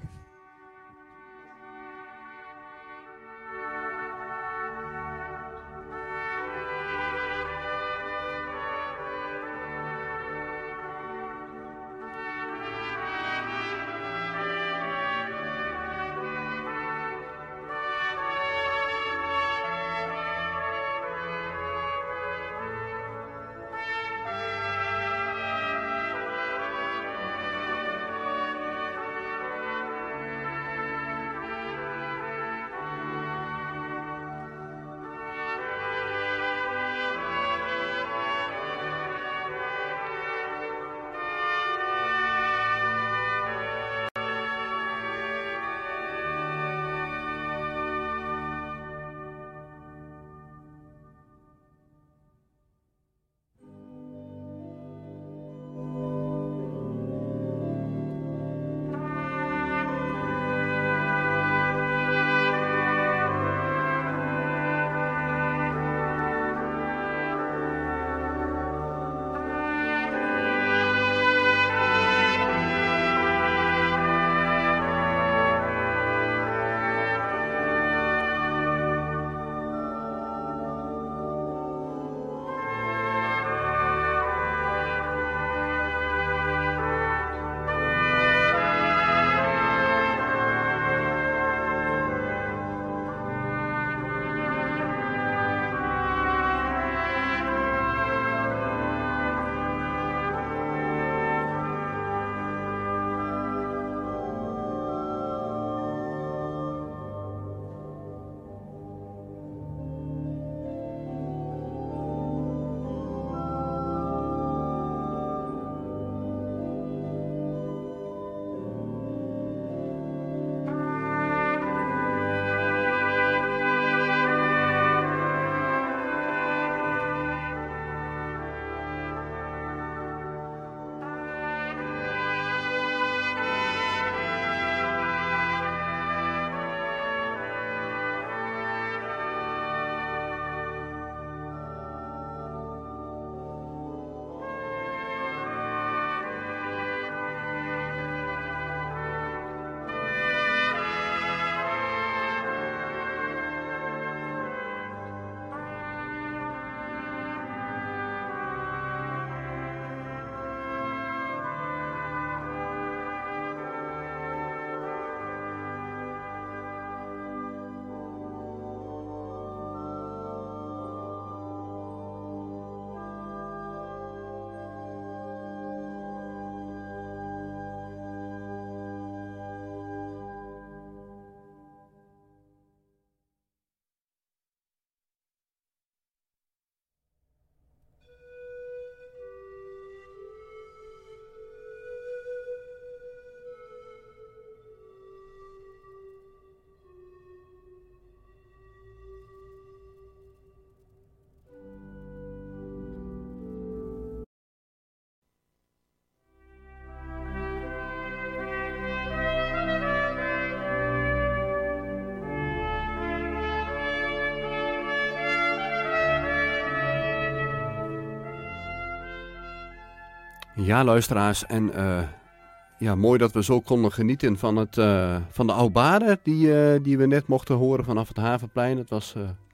Ja, luisteraars. En uh, ja, mooi dat we zo konden genieten van, het, uh, van de oudbaren die, uh, die we net mochten horen vanaf het Havenplein. Het was uh,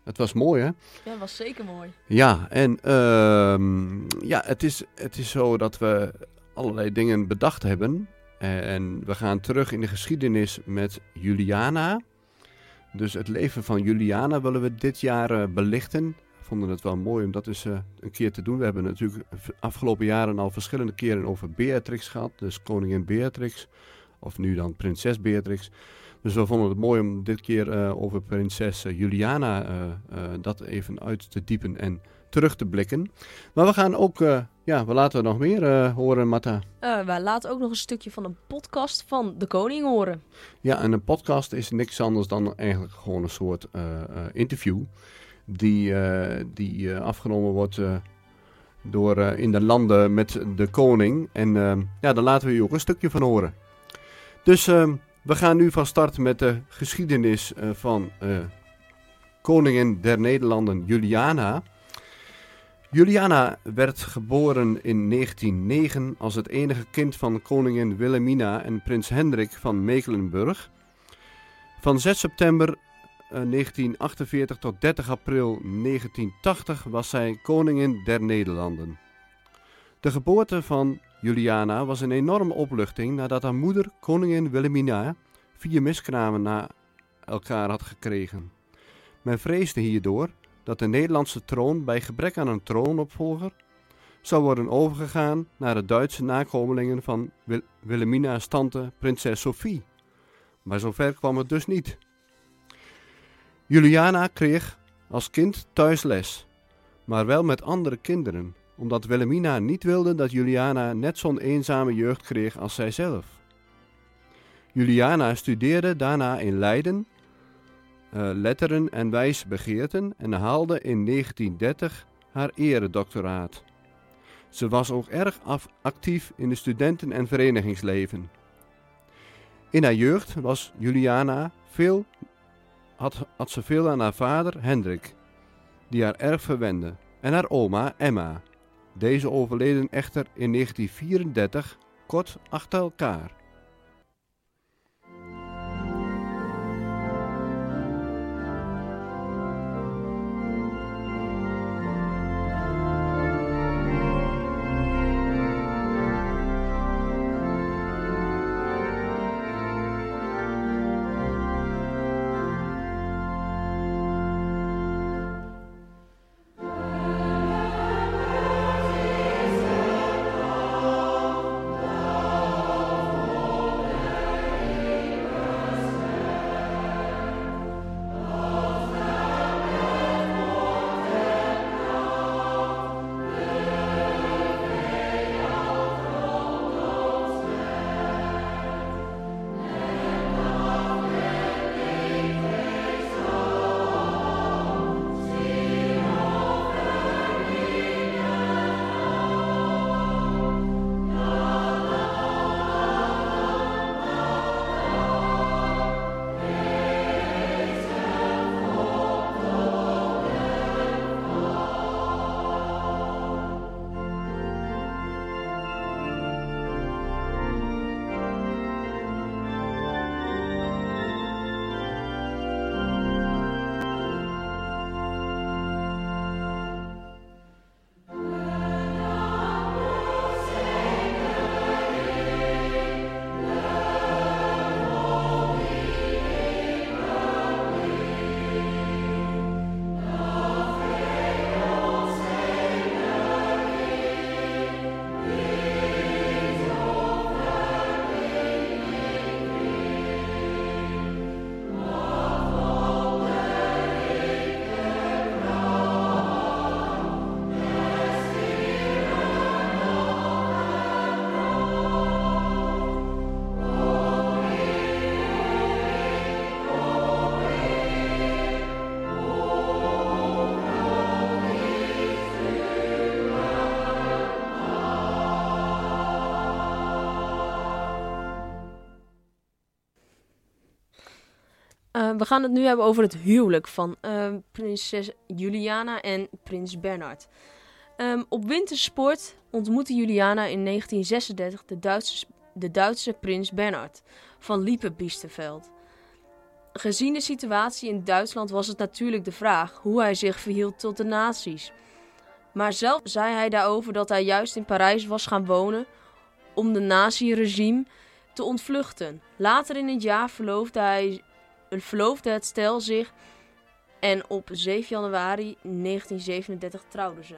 Het was mooi, hè? Ja, dat was zeker mooi. Ja, en uh, ja, het is, het is zo dat we allerlei dingen bedacht hebben. En we gaan terug in de geschiedenis met Juliana. Dus het leven van Juliana willen we dit jaar uh, belichten. We vonden het wel mooi om dat eens uh, een keer te doen. We hebben natuurlijk afgelopen jaren al verschillende keren over Beatrix gehad. Dus koningin Beatrix. Of nu dan prinses Beatrix. Dus we vonden het mooi om dit keer uh, over prinses uh, Juliana uh, uh, dat even uit te diepen en terug te blikken. Maar we gaan ook, uh, ja, we laten nog meer uh, horen, Marta. Uh, wij laten ook nog een stukje van een podcast van de koning horen. Ja, en een podcast is niks anders dan eigenlijk gewoon een soort uh, uh, interview. Die, uh, die uh, afgenomen wordt uh, door uh, in de landen met de koning. En uh, ja, daar laten we je ook een stukje van horen. Dus uh, we gaan nu van start met de geschiedenis uh, van uh, koningin der Nederlanden Juliana. Juliana werd geboren in negentien negen als het enige kind van koningin Wilhelmina en prins Hendrik van Mecklenburg. Van zes september uh, negentien achtenveertig tot dertig april negentien tachtig was zij koningin der Nederlanden. De geboorte van Juliana was een enorme opluchting nadat haar moeder, koningin Wilhelmina, vier miskramen na elkaar had gekregen. Men vreesde hierdoor dat de Nederlandse troon bij gebrek aan een troonopvolger zou worden overgegaan naar de Duitse nakomelingen van Wil- Wilhelmina's tante, prinses Sophie. Maar zover kwam het dus niet. Juliana kreeg als kind thuis les, maar wel met andere kinderen, omdat Wilhelmina niet wilde dat Juliana net zo'n eenzame jeugd kreeg als zijzelf. Juliana studeerde daarna in Leiden uh, letteren en wijsbegeerten en haalde in negentien dertig haar eredoctoraat. Ze was ook erg af- actief in de studenten- en verenigingsleven. In haar jeugd was Juliana veel, had, had ze veel aan haar vader Hendrik, die haar erg verwende, en haar oma Emma. Deze overleden echter in negentien vierendertig, kort achter elkaar. Uh, we gaan het nu hebben over het huwelijk van uh, prinses Juliana en prins Bernhard. Um, op wintersport ontmoette Juliana in negentien zesendertig de Duitse, de Duitse prins Bernhard van Lippe-Biesterfeld. Gezien de situatie in Duitsland was het natuurlijk de vraag hoe hij zich verhield tot de nazi's. Maar zelf zei hij daarover dat hij juist in Parijs was gaan wonen om de nazi-regime te ontvluchten. Later in het jaar verloofde, hij, verloofde het stel zich en op zeven januari negentien zevenendertig trouwden ze.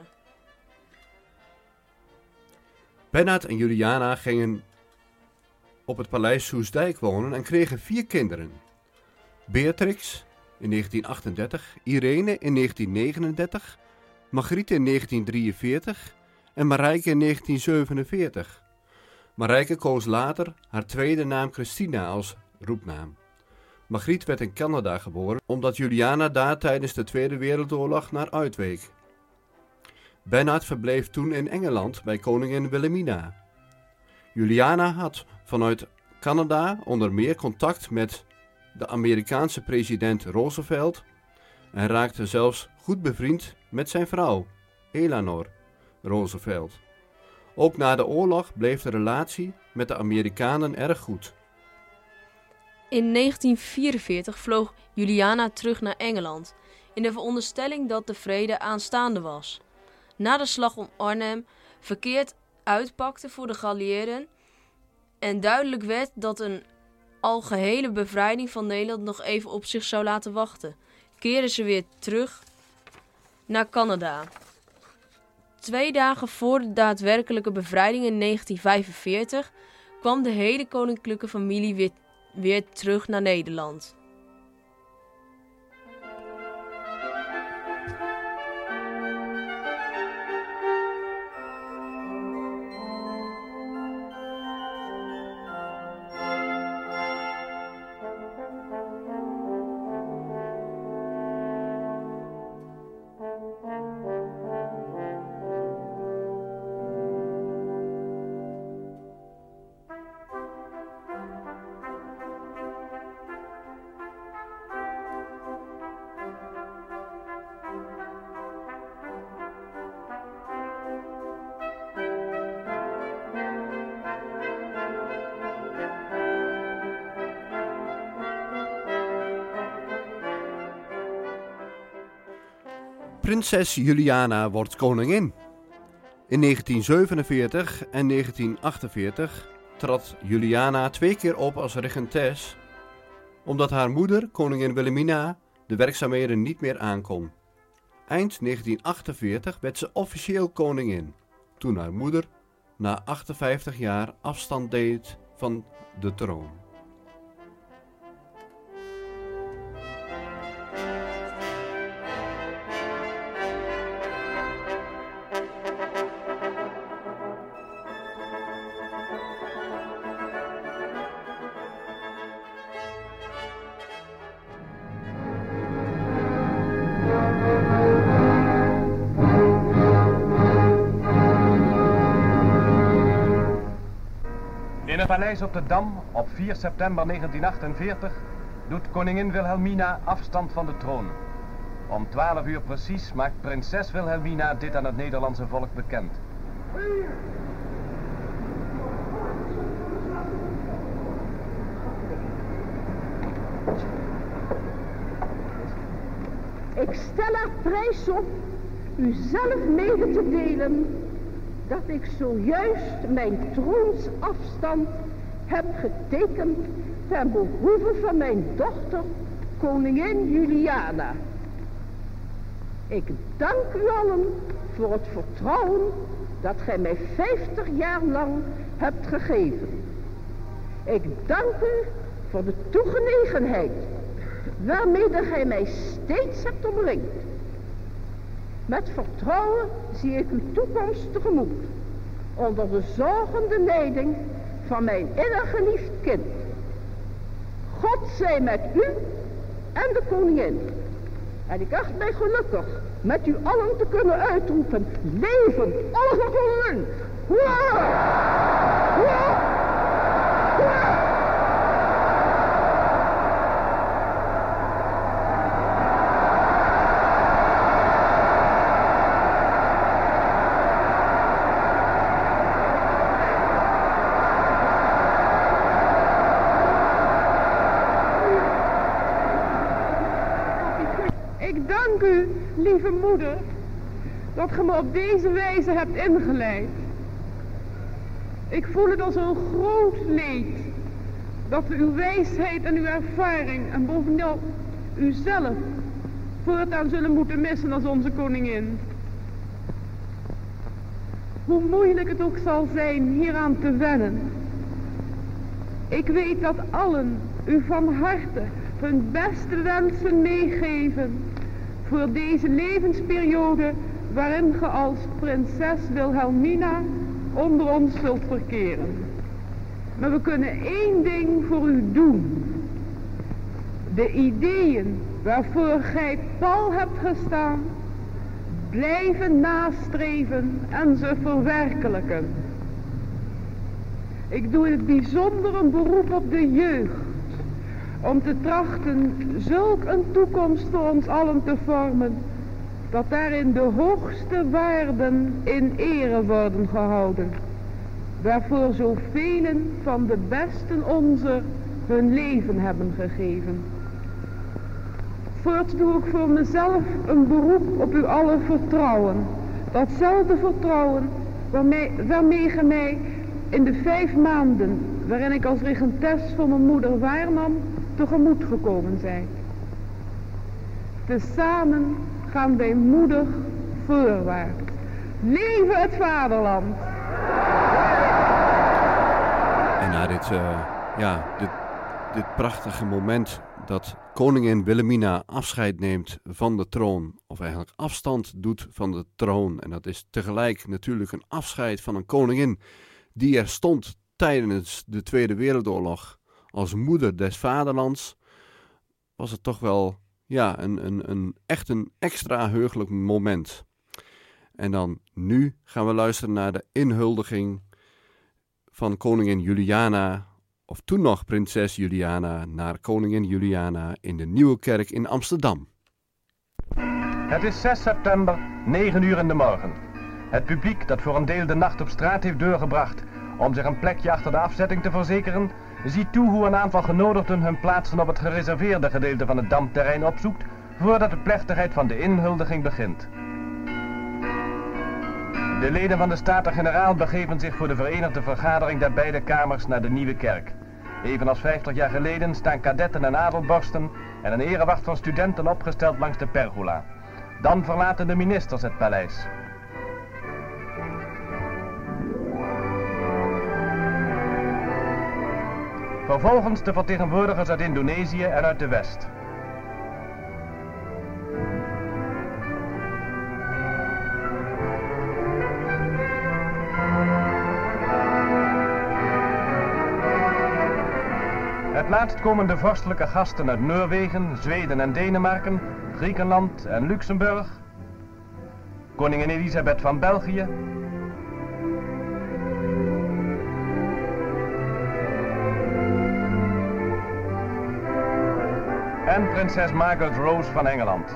Bernhard en Juliana gingen op het paleis Soestdijk wonen en kregen vier kinderen. Beatrix in negentien achtendertig, Irene in negentien negenendertig, Margriet in negentien drieënveertig en Marijke in negentien zevenenveertig. Marijke koos later haar tweede naam Christina als roepnaam. Margriet werd in Canada geboren omdat Juliana daar tijdens de Tweede Wereldoorlog naar uitweek. Bernhard verbleef toen in Engeland bij koningin Wilhelmina. Juliana had vanuit Canada onder meer contact met de Amerikaanse president Roosevelt en raakte zelfs goed bevriend met zijn vrouw, Eleanor Roosevelt. Ook na de oorlog bleef de relatie met de Amerikanen erg goed. In negentien vierenveertig vloog Juliana terug naar Engeland, in de veronderstelling dat de vrede aanstaande was. Na de slag om Arnhem verkeerd uitpakte voor de geallieerden en duidelijk werd dat een algehele bevrijding van Nederland nog even op zich zou laten wachten, keerden ze weer terug naar Canada. Twee dagen voor de daadwerkelijke bevrijding in negentien vijfenveertig kwam de hele koninklijke familie weer, weer terug naar Nederland. Prinses Juliana wordt koningin. In negentien zevenenveertig en negentien achtenveertig trad Juliana twee keer op als regentes, omdat haar moeder, koningin Wilhelmina, de werkzaamheden niet meer aankon. Eind negentien achtenveertig werd ze officieel koningin, toen haar moeder na achtenvijftig jaar afstand deed van de troon. In het paleis op de Dam op vier september negentien achtenveertig doet koningin Wilhelmina afstand van de troon. Om twaalf uur precies maakt prinses Wilhelmina dit aan het Nederlandse volk bekend. Ik stel er prijs op u zelf mede te delen dat ik zojuist mijn troonsafstand heb getekend ten behoeve van mijn dochter, koningin Juliana. Ik dank u allen voor het vertrouwen dat gij mij vijftig jaar lang hebt gegeven. Ik dank u voor de toegenegenheid waarmede gij mij steeds hebt omringd. Met vertrouwen zie ik uw toekomst tegemoet, onder de zorgende leiding van mijn innig geliefd kind. God zij met u en de koningin. En ik acht mij gelukkig met u allen te kunnen uitroepen: leven onze koningin! Hoera! Hoera! Hoera! lieve moeder, dat ge me op deze wijze hebt ingeleid. Ik voel het als een groot leed dat we uw wijsheid en uw ervaring en bovenal uzelf voortaan zullen moeten missen als onze koningin. Hoe moeilijk het ook zal zijn hieraan te wennen. Ik weet dat allen u van harte hun beste wensen meegeven voor deze levensperiode waarin ge als prinses Wilhelmina onder ons zult verkeren. Maar we kunnen één ding voor u doen. De ideeën waarvoor gij pal hebt gestaan, blijven nastreven en ze verwerkelijken. Ik doe in het bijzonder een beroep op de jeugd, om te trachten zulk een toekomst voor ons allen te vormen, dat daarin de hoogste waarden in ere worden gehouden, waarvoor zoveel van de besten onze hun leven hebben gegeven. Voorts doe ik voor mezelf een beroep op u allen vertrouwen, datzelfde vertrouwen waarmee, waarmee ge mij in de vijf maanden waarin ik als regentes voor mijn moeder waarnam, tegemoet gekomen zijn. Tezamen gaan wij moedig voorwaarts. Leven het vaderland! En na dit, uh, ja, dit, dit prachtige moment dat koningin Wilhelmina afscheid neemt van de troon, of eigenlijk afstand doet van de troon, en dat is tegelijk natuurlijk een afscheid van een koningin die er stond tijdens de Tweede Wereldoorlog als moeder des vaderlands, was het toch wel ja, een, een, een, echt een extra heugelijk moment. En dan nu gaan we luisteren naar de inhuldiging van koningin Juliana, of toen nog prinses Juliana, naar koningin Juliana in de Nieuwe Kerk in Amsterdam. Het is zes september, negen uur in de morgen. Het publiek dat voor een deel de nacht op straat heeft doorgebracht om zich een plekje achter de afzetting te verzekeren, ziet toe hoe een aantal genodigden hun plaatsen op het gereserveerde gedeelte van het Damterrein opzoekt voordat de plechtigheid van de inhuldiging begint. De leden van de Staten-Generaal begeven zich voor de verenigde vergadering der beide kamers naar de Nieuwe Kerk. Evenals vijftig jaar geleden staan kadetten en adelborsten en een erewacht van studenten opgesteld langs de pergola. Dan verlaten de ministers het paleis. Vervolgens de vertegenwoordigers uit Indonesië en uit de West. Het laatstkomende vorstelijke gasten uit Noorwegen, Zweden en Denemarken, Griekenland en Luxemburg, koningin Elisabeth van België, en prinses Margaret Rose van Engeland.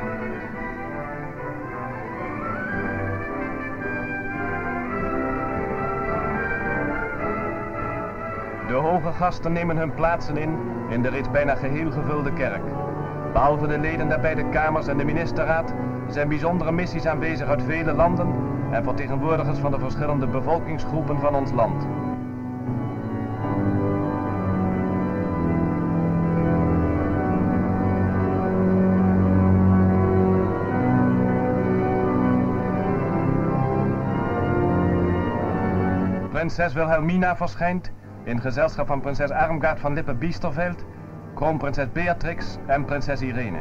De hoge gasten nemen hun plaatsen in, in de reeds bijna geheel gevulde kerk. Behalve de leden der beide kamers en de ministerraad zijn bijzondere missies aanwezig uit vele landen en vertegenwoordigers van de verschillende bevolkingsgroepen van ons land. Prinses Wilhelmina verschijnt in gezelschap van prinses Armgard van Lippe-Biesterveld, kroonprinses Beatrix en prinses Irene.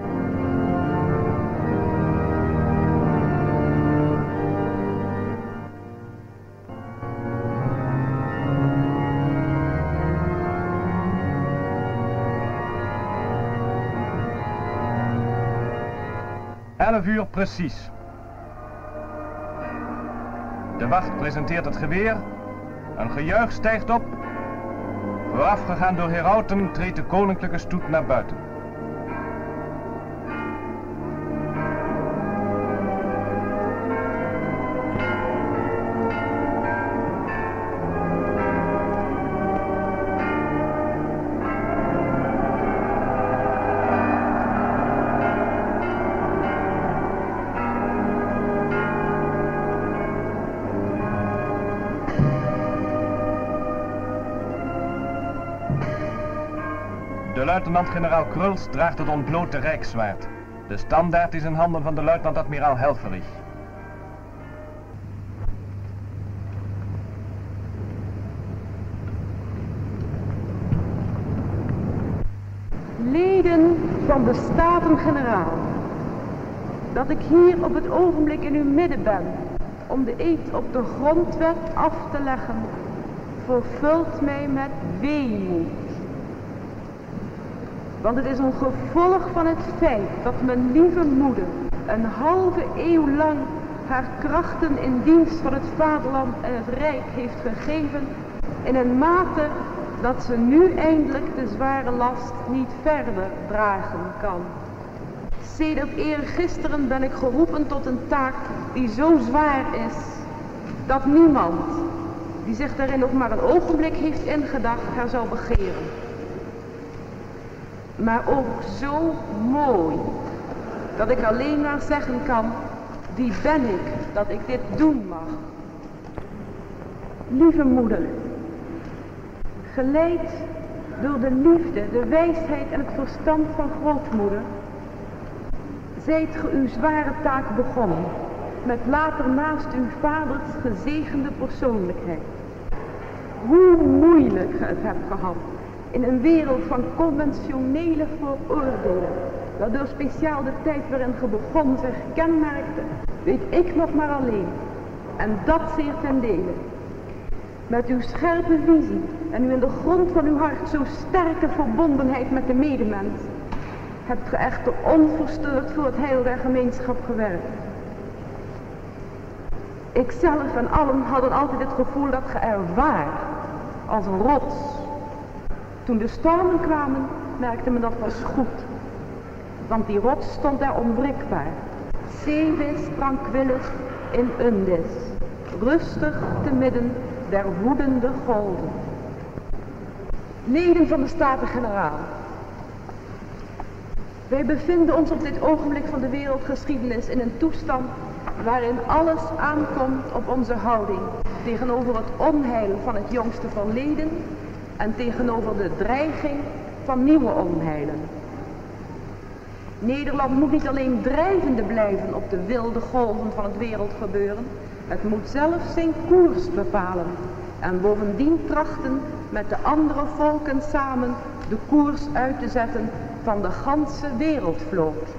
Elf uur precies. De wacht presenteert het geweer. Een gejuich stijgt op. Voorafgegaan door herauten treedt de koninklijke stoet naar buiten. De luitenant-generaal Kruls draagt het ontblote rijkszwaard. De standaard is in handen van de luitenant-admiraal Helferich. Leden van de Staten-Generaal, dat ik hier op het ogenblik in uw midden ben om de eed op de grondwet af te leggen, vervult mij met weemoed. Want het is een gevolg van het feit dat mijn lieve moeder een halve eeuw lang haar krachten in dienst van het vaderland en het rijk heeft gegeven in een mate dat ze nu eindelijk de zware last niet verder dragen kan. Sedert eergisteren ben ik geroepen tot een taak die zo zwaar is dat niemand die zich daarin nog maar een ogenblik heeft ingedacht haar zou begeren. Maar ook zo mooi dat ik alleen maar zeggen kan, wie ben ik dat ik dit doen mag. Lieve moeder, geleid door de liefde, de wijsheid en het verstand van grootmoeder, zijt ge uw zware taak begonnen, met later naast uw vaders gezegende persoonlijkheid. Hoe moeilijk ge het hebt gehad in een wereld van conventionele vooroordelen, waardoor speciaal de tijd waarin ge begon zich kenmerkte, weet ik nog maar alleen, en dat zeer ten dele. Met uw scherpe visie en uw in de grond van uw hart zo sterke verbondenheid met de medemens, hebt ge echter onverstoord voor het heil der gemeenschap gewerkt. Ikzelf en allen hadden altijd het gevoel dat ge er waart, als een rots. Toen de stormen kwamen, merkte men dat was goed, want die rots stond daar onwrikbaar. Sevis tranquillis in undis, rustig te midden der woedende golven. Leden van de Staten-Generaal, wij bevinden ons op dit ogenblik van de wereldgeschiedenis in een toestand waarin alles aankomt op onze houding tegenover het onheil van het jongste verleden en tegenover de dreiging van nieuwe onheilen. Nederland moet niet alleen drijvende blijven op de wilde golven van het wereldgebeuren, het moet zelf zijn koers bepalen en bovendien trachten met de andere volken samen de koers uit te zetten van de ganse wereldvloot.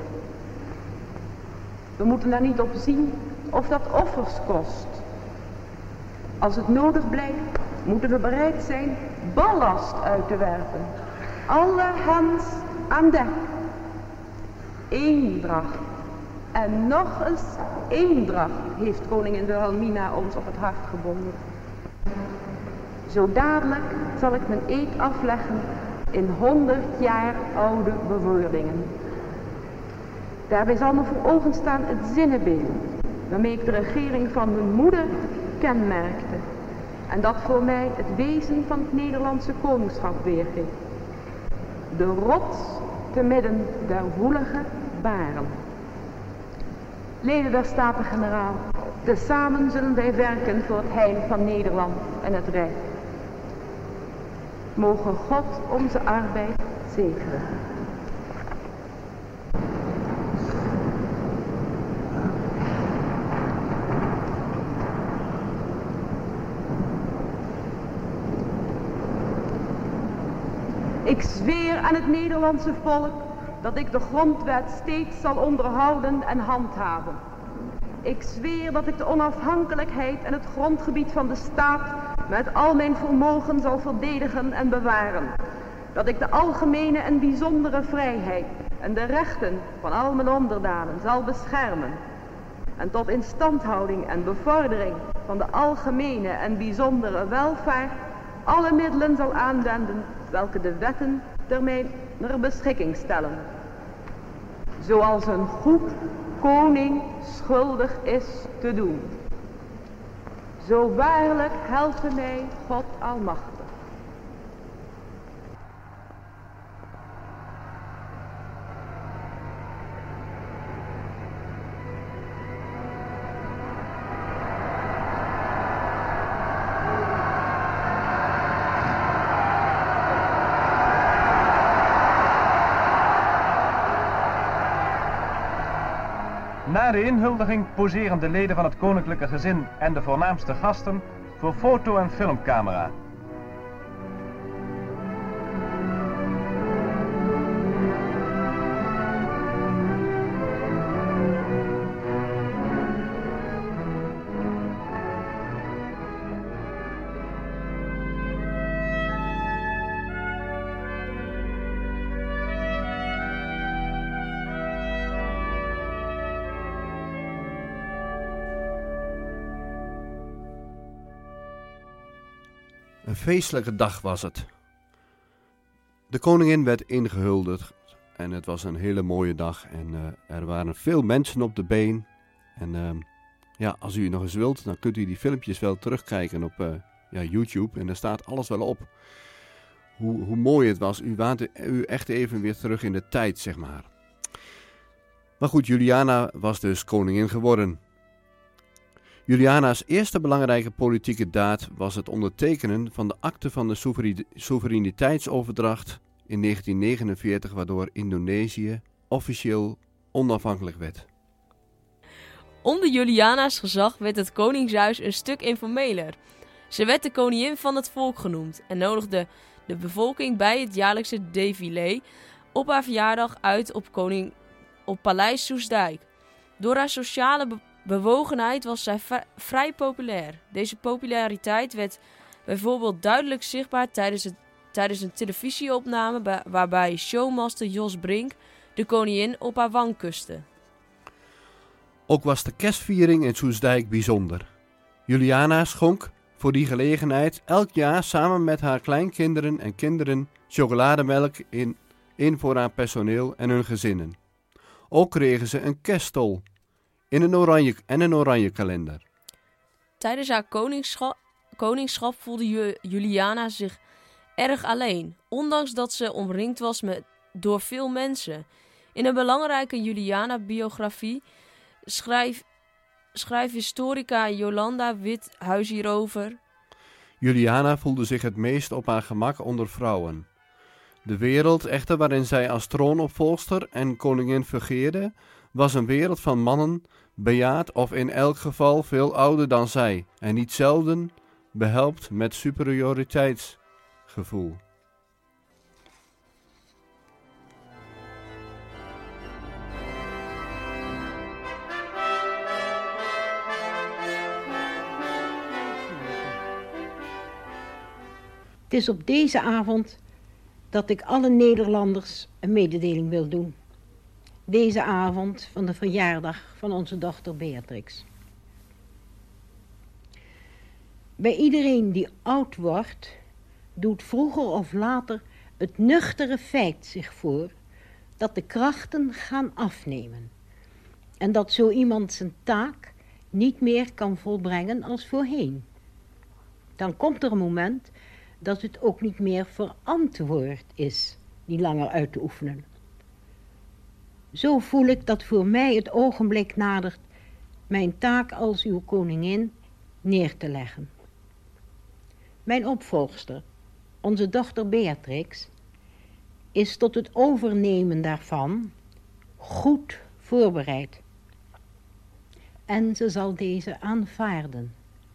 We moeten daar niet op zien of dat offers kost. Als het nodig blijkt, moeten we bereid zijn ballast uit te werpen. Alle hands aan dek. Eendracht. En nog eens eendracht heeft koningin Wilhelmina ons op het hart gebonden. Zo dadelijk zal ik mijn eed afleggen in honderd jaar oude bewoordingen. Daarbij zal me voor ogen staan het zinnenbeeld waarmee ik de regering van mijn moeder kenmerkte en dat voor mij het wezen van het Nederlandse koningschap weergeeft. De rots te midden der woelige baren. Leden der Staten-Generaal, tezamen zullen wij werken voor het heil van Nederland en het Rijk. Mogen God onze arbeid zegenen. Ik zweer aan het Nederlandse volk dat ik de grondwet steeds zal onderhouden en handhaven. Ik zweer dat ik de onafhankelijkheid en het grondgebied van de staat met al mijn vermogen zal verdedigen en bewaren. Dat ik de algemene en bijzondere vrijheid en de rechten van al mijn onderdanen zal beschermen. En tot instandhouding en bevordering van de algemene en bijzondere welvaart alle middelen zal aanwenden welke de wetten ter mijner beschikking stellen. Zoals een goed koning schuldig is te doen. Zo waarlijk helpe mij God Almachtig. Na de inhuldiging poseren de leden van het koninklijke gezin en de voornaamste gasten voor foto- en filmcamera. Een feestelijke dag was het. De koningin werd ingehuldigd en het was een hele mooie dag. En uh, er waren veel mensen op de been. En uh, ja, als u nog eens wilt, dan kunt u die filmpjes wel terugkijken op uh, ja, YouTube. En daar staat alles wel op. Hoe, hoe mooi het was. U waant u echt even weer terug in de tijd, zeg maar. Maar goed, Juliana was dus koningin geworden. Juliana's eerste belangrijke politieke daad was het ondertekenen van de akte van de soeverein- soevereiniteitsoverdracht in negentien negenenveertig, waardoor Indonesië officieel onafhankelijk werd. Onder Juliana's gezag werd het koningshuis een stuk informeler. Ze werd de koningin van het volk genoemd en nodigde de bevolking bij het jaarlijkse défilé op haar verjaardag uit op, koning, op Paleis Soestdijk. Door haar sociale be- bewogenheid was zij v- vrij populair. Deze populariteit werd bijvoorbeeld duidelijk zichtbaar tijdens, het, tijdens een televisieopname ba- waarbij showmaster Jos Brink de koningin op haar wang kuste. Ook was de kerstviering in Soestdijk bijzonder. Juliana schonk voor die gelegenheid elk jaar samen met haar kleinkinderen en kinderen chocolademelk in, in voor haar personeel en hun gezinnen. Ook kregen ze een kerststol in een oranje, en een oranje kalender. Tijdens haar koningschap, koningschap voelde Ju- Juliana zich erg alleen, ondanks dat ze omringd was met, door veel mensen. In een belangrijke Juliana-biografie schrijft schrijf historica Jolanda Withuis hierover. Juliana voelde zich het meest op haar gemak onder vrouwen. De wereld echter waarin zij als troonopvolgster en koningin fungeerde, was een wereld van mannen, bejaard of in elk geval veel ouder dan zij, en niet zelden behelpt met superioriteitsgevoel. Het is op deze avond dat ik alle Nederlanders een mededeling wil doen. Deze avond van de verjaardag van onze dochter Beatrix. Bij iedereen die oud wordt, doet vroeger of later het nuchtere feit zich voor dat de krachten gaan afnemen. En dat zo iemand zijn taak niet meer kan volbrengen als voorheen. Dan komt er een moment dat het ook niet meer verantwoord is die langer uit te oefenen. Zo voel ik dat voor mij het ogenblik nadert mijn taak als uw koningin neer te leggen. Mijn opvolgster, onze dochter Beatrix, is tot het overnemen daarvan goed voorbereid. En ze zal deze aanvaarden.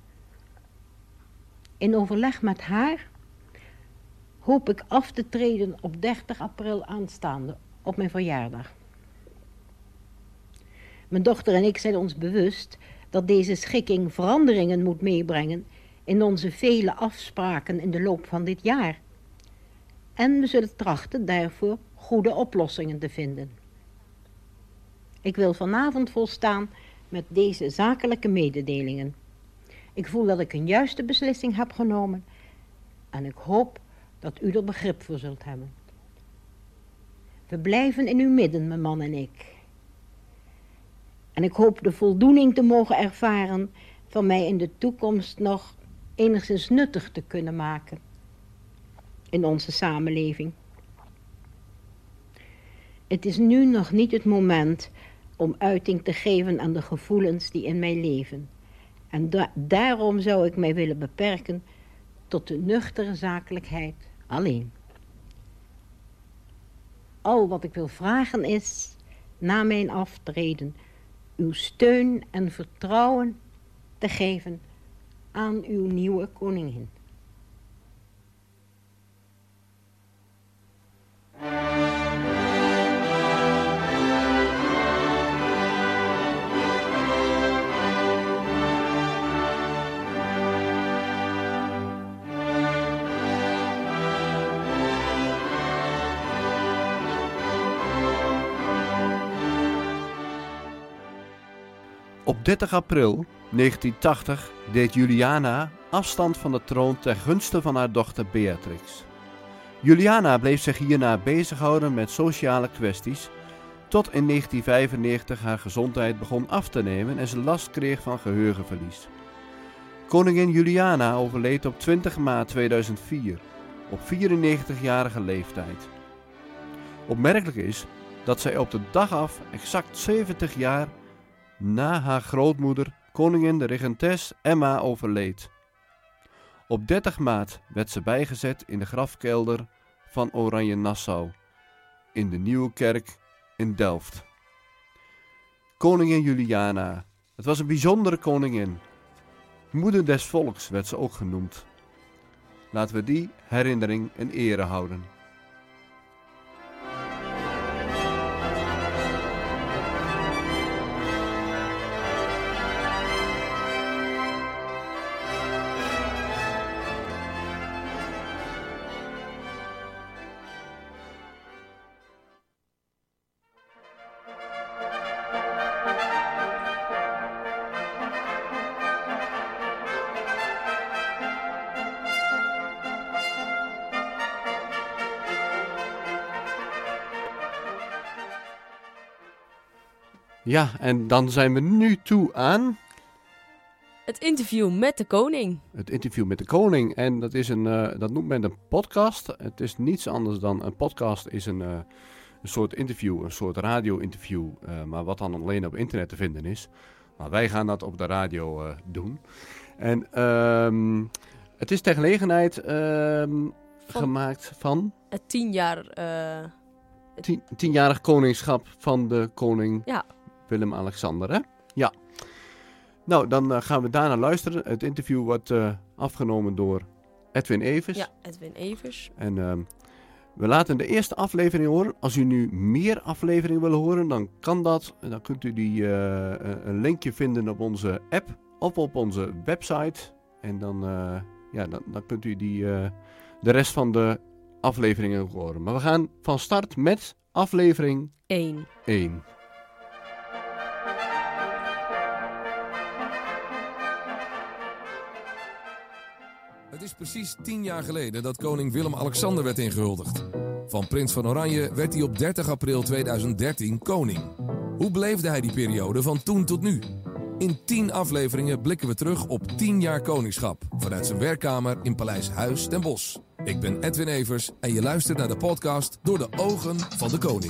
In overleg met haar hoop ik af te treden op dertig april aanstaande, op mijn verjaardag. Mijn dochter en ik zijn ons bewust dat deze schikking veranderingen moet meebrengen in onze vele afspraken in de loop van dit jaar. En we zullen trachten daarvoor goede oplossingen te vinden. Ik wil vanavond volstaan met deze zakelijke mededelingen. Ik voel dat ik een juiste beslissing heb genomen en ik hoop dat u er begrip voor zult hebben. We blijven in uw midden, mijn man en ik. En ik hoop de voldoening te mogen ervaren van mij in de toekomst nog enigszins nuttig te kunnen maken in onze samenleving. Het is nu nog niet het moment om uiting te geven aan de gevoelens die in mij leven. En da- daarom zou ik mij willen beperken tot de nuchtere zakelijkheid alleen. Al wat ik wil vragen is, na mijn aftreden, uw steun en vertrouwen te geven aan uw nieuwe koningin. Op dertig april negentien tachtig deed Juliana afstand van de troon ten gunste van haar dochter Beatrix. Juliana bleef zich hierna bezighouden met sociale kwesties, tot in negentien vijfennegentig haar gezondheid begon af te nemen en ze last kreeg van geheugenverlies. Koningin Juliana overleed op twintig maart tweeduizend vier, op vierennegentigjarige leeftijd. Opmerkelijk is dat zij op de dag af exact zeventig jaar na haar grootmoeder, koningin de regentes Emma, overleed. Op dertig maart werd ze bijgezet in de grafkelder van Oranje-Nassau, in de Nieuwe Kerk in Delft. Koningin Juliana, het was een bijzondere koningin. Moeder des volks werd ze ook genoemd. Laten we die herinnering in ere houden. Ja, en dan zijn we nu toe aan het interview met de koning. Het interview met de koning. En dat, is een, uh, dat noemt men een podcast. Het is niets anders dan een podcast is een, uh, een soort interview, een soort radio-interview. Uh, maar wat dan alleen op internet te vinden is. Maar wij gaan dat op de radio uh, doen. En um, het is ter gelegenheid um, van gemaakt van het tien jaar... Uh, het tien, tienjarig koningschap van de koning... Ja. Willem-Alexander, hè? Ja. Nou, dan uh, gaan we daarna luisteren. Het interview wordt uh, afgenomen door Edwin Evers. Ja, Edwin Evers. En uh, we laten de eerste aflevering horen. Als u nu meer afleveringen wil horen, dan kan dat. Dan kunt u die, uh, een linkje vinden op onze app of op onze website. En dan, uh, ja, dan, dan kunt u die, uh, de rest van de afleveringen horen. Maar we gaan van start met aflevering één. één. Het is precies tien jaar geleden dat koning Willem-Alexander werd ingehuldigd. Van prins van Oranje werd hij op dertig april tweeduizend dertien koning. Hoe beleefde hij die periode van toen tot nu? In tien afleveringen blikken we terug op tien jaar koningschap... vanuit zijn werkkamer in Paleis Huis ten Bosch. Ik ben Edwin Evers en je luistert naar de podcast Door de Ogen van de Koning.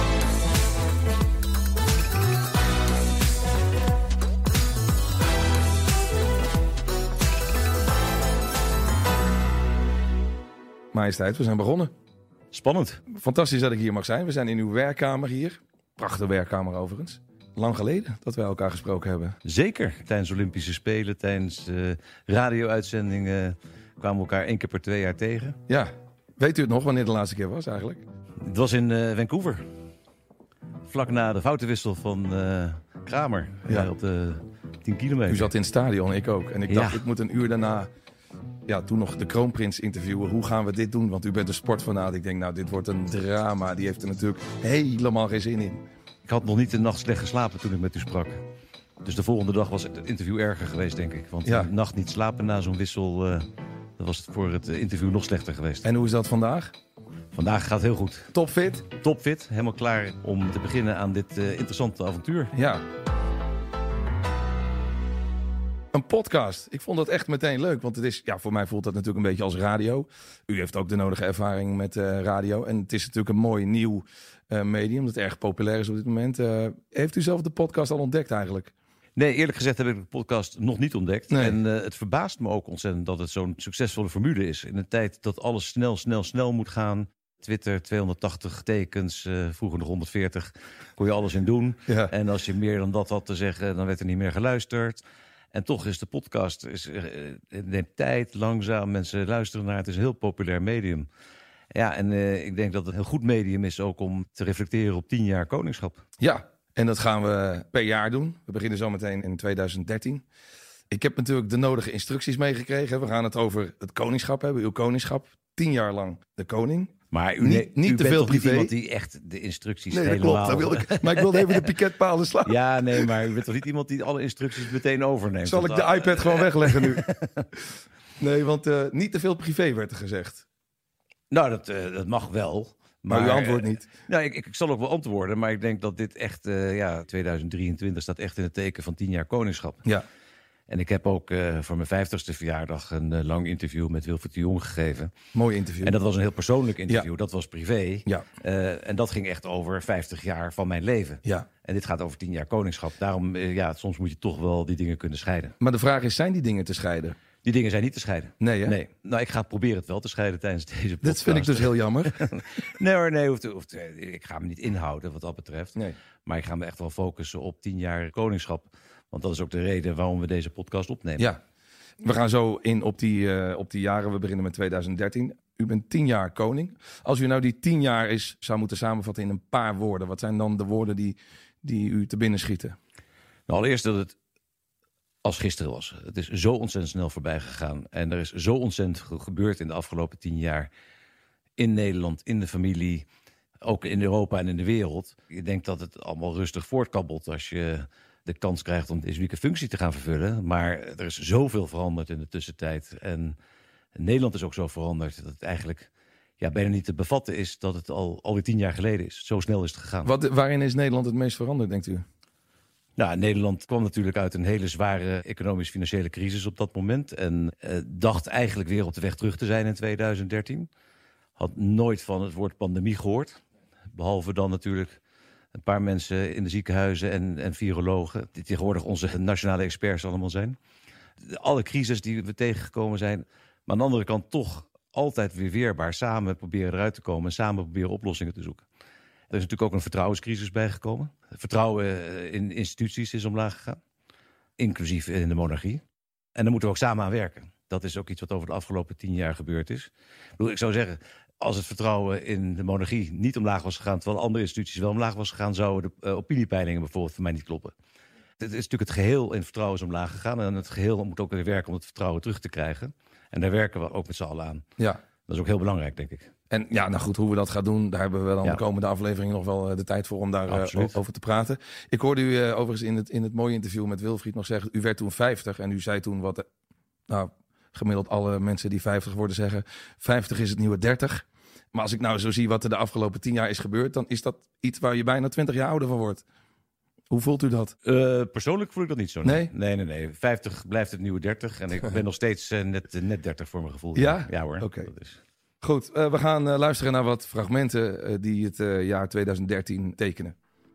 Majesteit, we zijn begonnen. Spannend. Fantastisch dat ik hier mag zijn. We zijn in uw werkkamer hier. Prachtige werkkamer overigens. Lang geleden dat wij elkaar gesproken hebben. Zeker. Tijdens Olympische Spelen, tijdens uh, radio-uitzendingen kwamen we elkaar één keer per twee jaar tegen. Ja. Weet u het nog wanneer de laatste keer was eigenlijk? Het was in uh, Vancouver. Vlak na de foutenwissel van uh, Kramer. Ja. Uh, op de tien kilometer. U zat in het stadion, ik ook. En ik dacht, ja. ik moet een uur daarna... Ja, toen nog de kroonprins interviewen. Hoe gaan we dit doen? Want u bent een sportfanaat. Ik denk, nou, dit wordt een drama. Die heeft er natuurlijk helemaal geen zin in. Ik had nog niet de nacht slecht geslapen toen ik met u sprak. Dus de volgende dag was het interview erger geweest, denk ik. Want ja. de nacht niet slapen na zo'n wissel... Uh, dat was het voor het interview nog slechter geweest. En hoe is dat vandaag? Vandaag gaat heel goed. Topfit? Topfit. Helemaal klaar om te beginnen aan dit uh, interessante avontuur. Ja. Een podcast. Ik vond dat echt meteen leuk. Want het is, ja, voor mij voelt dat natuurlijk een beetje als radio. U heeft ook de nodige ervaring met uh, radio. En het is natuurlijk een mooi nieuw uh, medium dat erg populair is op dit moment. Uh, heeft u zelf de podcast al ontdekt eigenlijk? Nee, eerlijk gezegd heb ik de podcast nog niet ontdekt. Nee. En uh, het verbaast me ook ontzettend dat het zo'n succesvolle formule is. In een tijd dat alles snel, snel, snel moet gaan. Twitter, tweehonderdtachtig tekens, uh, vroeger nog honderdveertig, kon je alles in doen. Ja. En als je meer dan dat had te zeggen, dan werd er niet meer geluisterd. En toch is de podcast, is, uh, het neemt tijd, langzaam, mensen luisteren naar het. Het is een heel populair medium. Ja, en uh, ik denk dat het een goed medium is ook om te reflecteren op tien jaar koningschap. Ja, en dat gaan we per jaar doen. We beginnen zometeen in tweeduizend dertien. Ik heb natuurlijk de nodige instructies meegekregen. We gaan het over het koningschap hebben, uw koningschap. Tien jaar lang de koning. Maar u, niet, ne- niet u te bent veel toch niet privé. iemand die echt de instructies Nee, dat helemaal... klopt. Dat wil ik, maar ik wilde even de piketpalen slaan. Ja, nee, maar u bent toch niet iemand die alle instructies meteen overneemt? Zal ik de iPad gewoon wegleggen nu? Nee, want uh, niet te veel privé werd er gezegd. Nou, dat, uh, dat mag wel. Maar, maar u antwoordt niet. Uh, nou, ik, ik zal ook wel antwoorden, maar ik denk dat dit echt... Uh, ja, tweeduizend drieëntwintig staat echt in het teken van tien jaar koningschap. Ja. En ik heb ook uh, voor mijn vijftigste verjaardag een uh, lang interview met Wilfried de Jong gegeven. Mooi interview. En dat was een heel persoonlijk interview, Ja. dat was privé. Ja. Uh, en dat ging echt over vijftig jaar van mijn leven. Ja. En dit gaat over tien jaar koningschap. Daarom, uh, ja, soms moet je toch wel die dingen kunnen scheiden. Maar de vraag is, zijn die dingen te scheiden? Die dingen zijn niet te scheiden. Nee, hè? Nee. Nou, ik ga proberen het wel te scheiden tijdens deze podcast. Dat vind ik dus heel jammer. nee hoor, nee. Hoeft, hoeft, ik ga me niet inhouden wat dat betreft. Nee. Maar ik ga me echt wel focussen op tien jaar koningschap. Want dat is ook de reden waarom we deze podcast opnemen. Ja, we gaan zo in op die, uh, op die jaren. We beginnen met tweeduizend dertien. U bent tien jaar koning. Als u nou die tien jaar is, zou moeten samenvatten in een paar woorden. Wat zijn dan de woorden die, die u te binnen schieten? Nou, allereerst dat het als gisteren was. Het is zo ontzettend snel voorbij gegaan. En er is zo ontzettend gebeurd in de afgelopen tien jaar. In Nederland, in de familie, ook in Europa en in de wereld. Ik denk dat het allemaal rustig voortkabbelt als je de kans krijgt om deze functie te gaan vervullen. Maar er is zoveel veranderd in de tussentijd. En Nederland is ook zo veranderd dat het eigenlijk ja, bijna niet te bevatten is dat het al alweer tien jaar geleden is. Zo snel is het gegaan. Wat, waarin is Nederland het meest veranderd, denkt u? Nou, Nederland kwam natuurlijk uit een hele zware economisch-financiële crisis op dat moment. En eh, dacht eigenlijk weer op de weg terug te zijn in tweeduizend dertien. Had nooit van het woord pandemie gehoord. Behalve dan natuurlijk een paar mensen in de ziekenhuizen en, en virologen, die tegenwoordig onze nationale experts allemaal zijn. Alle crises die we tegengekomen zijn, maar aan de andere kant toch altijd weer weerbaar. Samen proberen eruit te komen en samen proberen oplossingen te zoeken. Er is natuurlijk ook een vertrouwenscrisis bijgekomen. Het vertrouwen in instituties is omlaag gegaan, inclusief in de monarchie. En daar moeten we ook samen aan werken. Dat is ook iets wat over de afgelopen tien jaar gebeurd is. Ik bedoel, ik zou zeggen, als het vertrouwen in de monarchie niet omlaag was gegaan, terwijl andere instituties wel omlaag was gegaan, zouden de uh, opiniepeilingen bijvoorbeeld voor mij niet kloppen. Het is natuurlijk het geheel in het vertrouwen is omlaag gegaan. En het geheel moet ook weer werken om het vertrouwen terug te krijgen. En daar werken we ook met z'n allen aan. Ja. Dat is ook heel belangrijk, denk ik. En ja, nou goed, hoe we dat gaan doen, daar hebben we dan ja. de komende afleveringen nog wel de tijd voor om daar uh, over te praten. Ik hoorde u uh, overigens in het, in het mooie interview met Wilfried nog zeggen, u werd toen vijftig en u zei toen wat, nou, gemiddeld alle mensen die vijftig worden zeggen, vijftig is het nieuwe dertig. Maar als ik nou zo zie wat er de afgelopen tien jaar is gebeurd, dan is dat iets waar je bijna twintig jaar ouder van wordt. Hoe voelt u dat? Uh, persoonlijk voel ik dat niet zo. Nee? Nee, nee, nee. vijftig blijft het nieuwe dertig. En ik ben nog steeds uh, net, uh, net dertig voor mijn gevoel. Ja? Ja hoor. Oké. Okay. Is... Goed, uh, we gaan uh, luisteren naar wat fragmenten uh, die het uh, jaar tweeduizend dertien tekenen.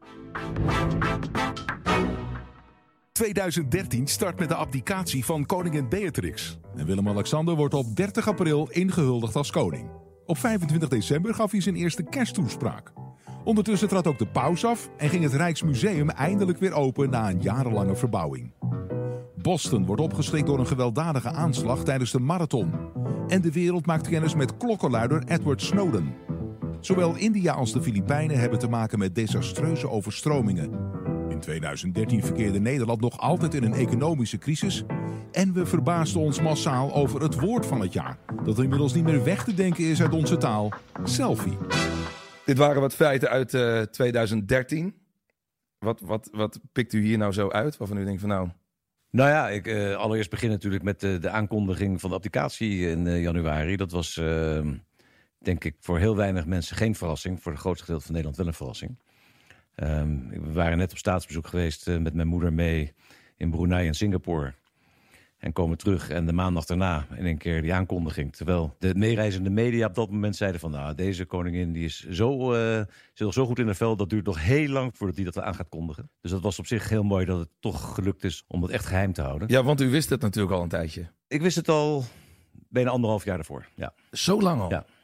tweeduizend dertien start met de abdicatie van koningin Beatrix. En Willem-Alexander wordt op dertig april ingehuldigd als koning. Op vijfentwintig december gaf hij zijn eerste kersttoespraak. Ondertussen trad ook de paus af en ging het Rijksmuseum eindelijk weer open na een jarenlange verbouwing. Boston wordt opgeschrikt door een gewelddadige aanslag tijdens de marathon. En de wereld maakt kennis met klokkenluider Edward Snowden. Zowel India als de Filipijnen hebben te maken met desastreuze overstromingen. In tweeduizend dertien verkeerde Nederland nog altijd in een economische crisis. En we verbaasden ons massaal over het woord van het jaar, dat inmiddels niet meer weg te denken is uit onze taal: selfie. Dit waren wat feiten uit uh, tweeduizend dertien. Wat, wat, wat pikt u hier nou zo uit? Waarvan u denkt van nou... Nou ja, ik uh, allereerst begin natuurlijk met de, de aankondiging van de abdicatie in uh, januari. Dat was, uh, denk ik, voor heel weinig mensen geen verrassing. Voor het grootste gedeelte van Nederland wel een verrassing. Um, we waren net op staatsbezoek geweest uh, met mijn moeder mee in Brunei en Singapore. En komen terug en de maandag daarna in een keer die aankondiging. Terwijl de meereizende media op dat moment zeiden van... nou, deze koningin die is zo, uh, zit nog zo goed in haar vel, dat duurt nog heel lang voordat hij dat aan gaat kondigen. Dus dat was op zich heel mooi dat het toch gelukt is om dat echt geheim te houden. Ja, want u wist het natuurlijk al een tijdje. Ik wist het al bijna anderhalf jaar ervoor, ja. Zo lang al? Ja.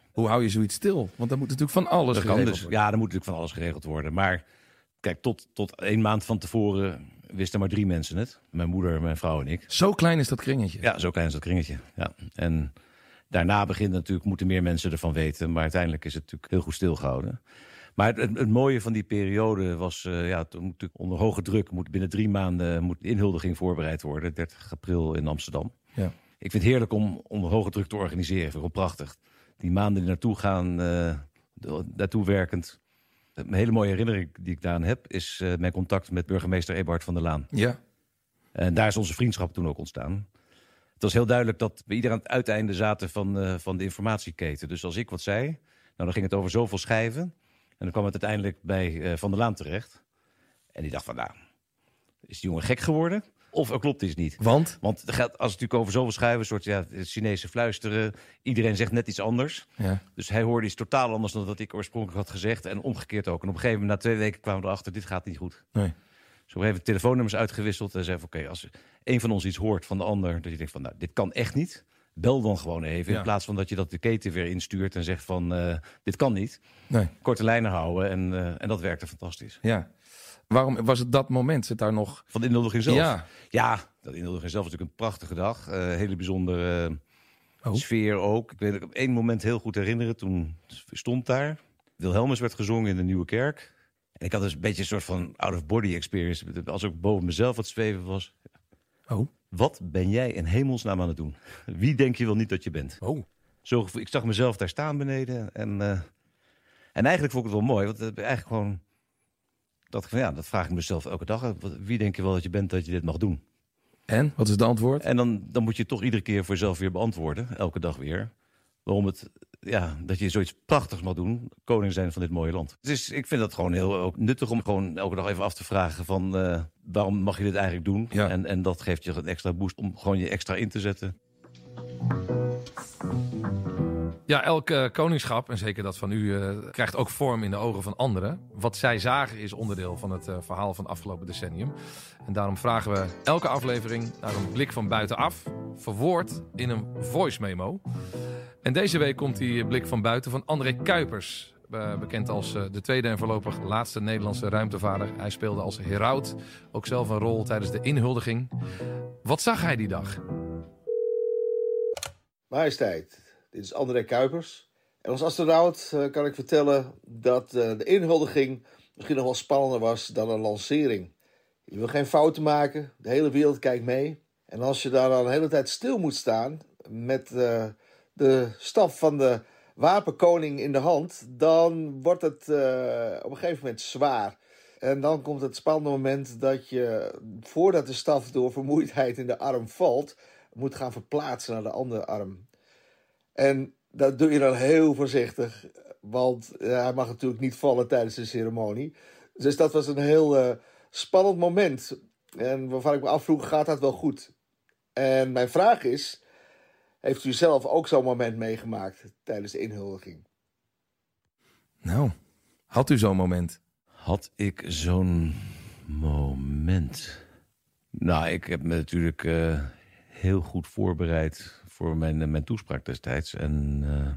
Hoe hou je zoiets stil? Want dan moet natuurlijk van alles dat geregeld kan dus, worden. Ja, dan moet natuurlijk van alles geregeld worden. Maar kijk, tot, tot één maand van tevoren wisten maar drie mensen het. Mijn moeder, mijn vrouw en ik. Zo klein is dat kringetje? Ja, zo klein is dat kringetje. Ja. En daarna begint natuurlijk, moeten meer mensen ervan weten. Maar uiteindelijk is het natuurlijk heel goed stilgehouden. Maar het, het, het mooie van die periode was, uh, ja, toen moet natuurlijk onder hoge druk, moet binnen drie maanden moet de inhuldiging voorbereid worden. dertig april in Amsterdam. Ja. Ik vind het heerlijk om onder hoge druk te organiseren. Ik vind het wel prachtig. Die maanden die naartoe gaan, uh, daartoe werkend. Een hele mooie herinnering die ik daaraan heb, is uh, mijn contact met burgemeester Eberhard van der Laan. Ja. En daar is onze vriendschap toen ook ontstaan. Het was heel duidelijk dat we ieder aan het uiteinde zaten van, uh, van de informatieketen. Dus als ik wat zei, nou, dan ging het over zoveel schijven. En dan kwam het uiteindelijk bij uh, Van der Laan terecht. En die dacht van, nou, is die jongen gek geworden? Of er klopt iets niet. Want? Want het gaat, als het natuurlijk over zoveel schijven, een soort ja, Chinese fluisteren. Iedereen zegt net iets anders. Ja. Dus hij hoorde iets totaal anders dan wat ik oorspronkelijk had gezegd. En omgekeerd ook. En op een gegeven moment, na twee weken, kwamen we erachter, dit gaat niet goed. Nee. Zo even telefoonnummers uitgewisseld. En zei van, oké, okay, als een van ons iets hoort van de ander, dat je denkt van, nou, dit kan echt niet. Bel dan gewoon even. Ja. In plaats van dat je dat de keten weer instuurt en zegt van, uh, dit kan niet. Nee. Korte lijnen houden. En, uh, en dat werkte fantastisch. Ja. Waarom was het dat moment? Zit daar nog... Van de inhuldiging zelf? Ja. Ja, dat inhuldiging zelf is natuurlijk een prachtige dag. Uh, hele bijzondere uh, oh. sfeer ook. Ik weet het op één moment heel goed herinneren. Toen stond daar. Wilhelmus werd gezongen in de Nieuwe Kerk. En ik had dus een beetje een soort van out-of-body experience. Als ik boven mezelf wat zweven was. Oh. Wat ben jij in hemelsnaam aan het doen? Wie denk je wel niet dat je bent? Oh. Zo, ik zag mezelf daar staan beneden. En, uh, en eigenlijk vond ik het wel mooi. Want het eigenlijk gewoon... Dat, ja, dat vraag ik mezelf elke dag. Wie denk je wel dat je bent dat je dit mag doen? En? Wat is het antwoord? En dan, dan moet je toch iedere keer voor jezelf weer beantwoorden. Elke dag weer. Waarom het, ja, dat je zoiets prachtigs mag doen. Koning zijn van dit mooie land. Dus ik vind dat gewoon heel ook nuttig om gewoon elke dag even af te vragen van... Uh, waarom mag je dit eigenlijk doen? Ja. En, en dat geeft je een extra boost om gewoon je extra in te zetten. Ja, elk uh, koningschap, en zeker dat van u, uh, krijgt ook vorm in de ogen van anderen. Wat zij zagen is onderdeel van het uh, verhaal van het afgelopen decennium. En daarom vragen we elke aflevering naar een blik van buitenaf, verwoord in een voice memo. En deze week komt die blik van buiten van André Kuipers. Uh, bekend als uh, de tweede en voorlopig laatste Nederlandse ruimtevaarder. Hij speelde als heraut ook zelf een rol tijdens de inhuldiging. Wat zag hij die dag? Majesteit. Dit is André Kuipers. En als astronaut uh, kan ik vertellen dat uh, de inhuldiging misschien nog wel spannender was dan een lancering. Je wil geen fouten maken, de hele wereld kijkt mee. En als je daar dan een hele tijd stil moet staan met uh, de staf van de wapenkoning in de hand, dan wordt het uh, op een gegeven moment zwaar. En dan komt het spannende moment dat je, voordat de staf door vermoeidheid in de arm valt, moet gaan verplaatsen naar de andere arm. En dat doe je dan heel voorzichtig, want uh, hij mag natuurlijk niet vallen tijdens de ceremonie. Dus dat was een heel uh, spannend moment. En waarvan ik me afvroeg, gaat dat wel goed? En mijn vraag is, heeft u zelf ook zo'n moment meegemaakt tijdens de inhuldiging? Nou, had u zo'n moment? Had ik zo'n moment? Nou, ik heb me natuurlijk uh, heel goed voorbereid voor mijn, mijn toespraak destijds. En uh,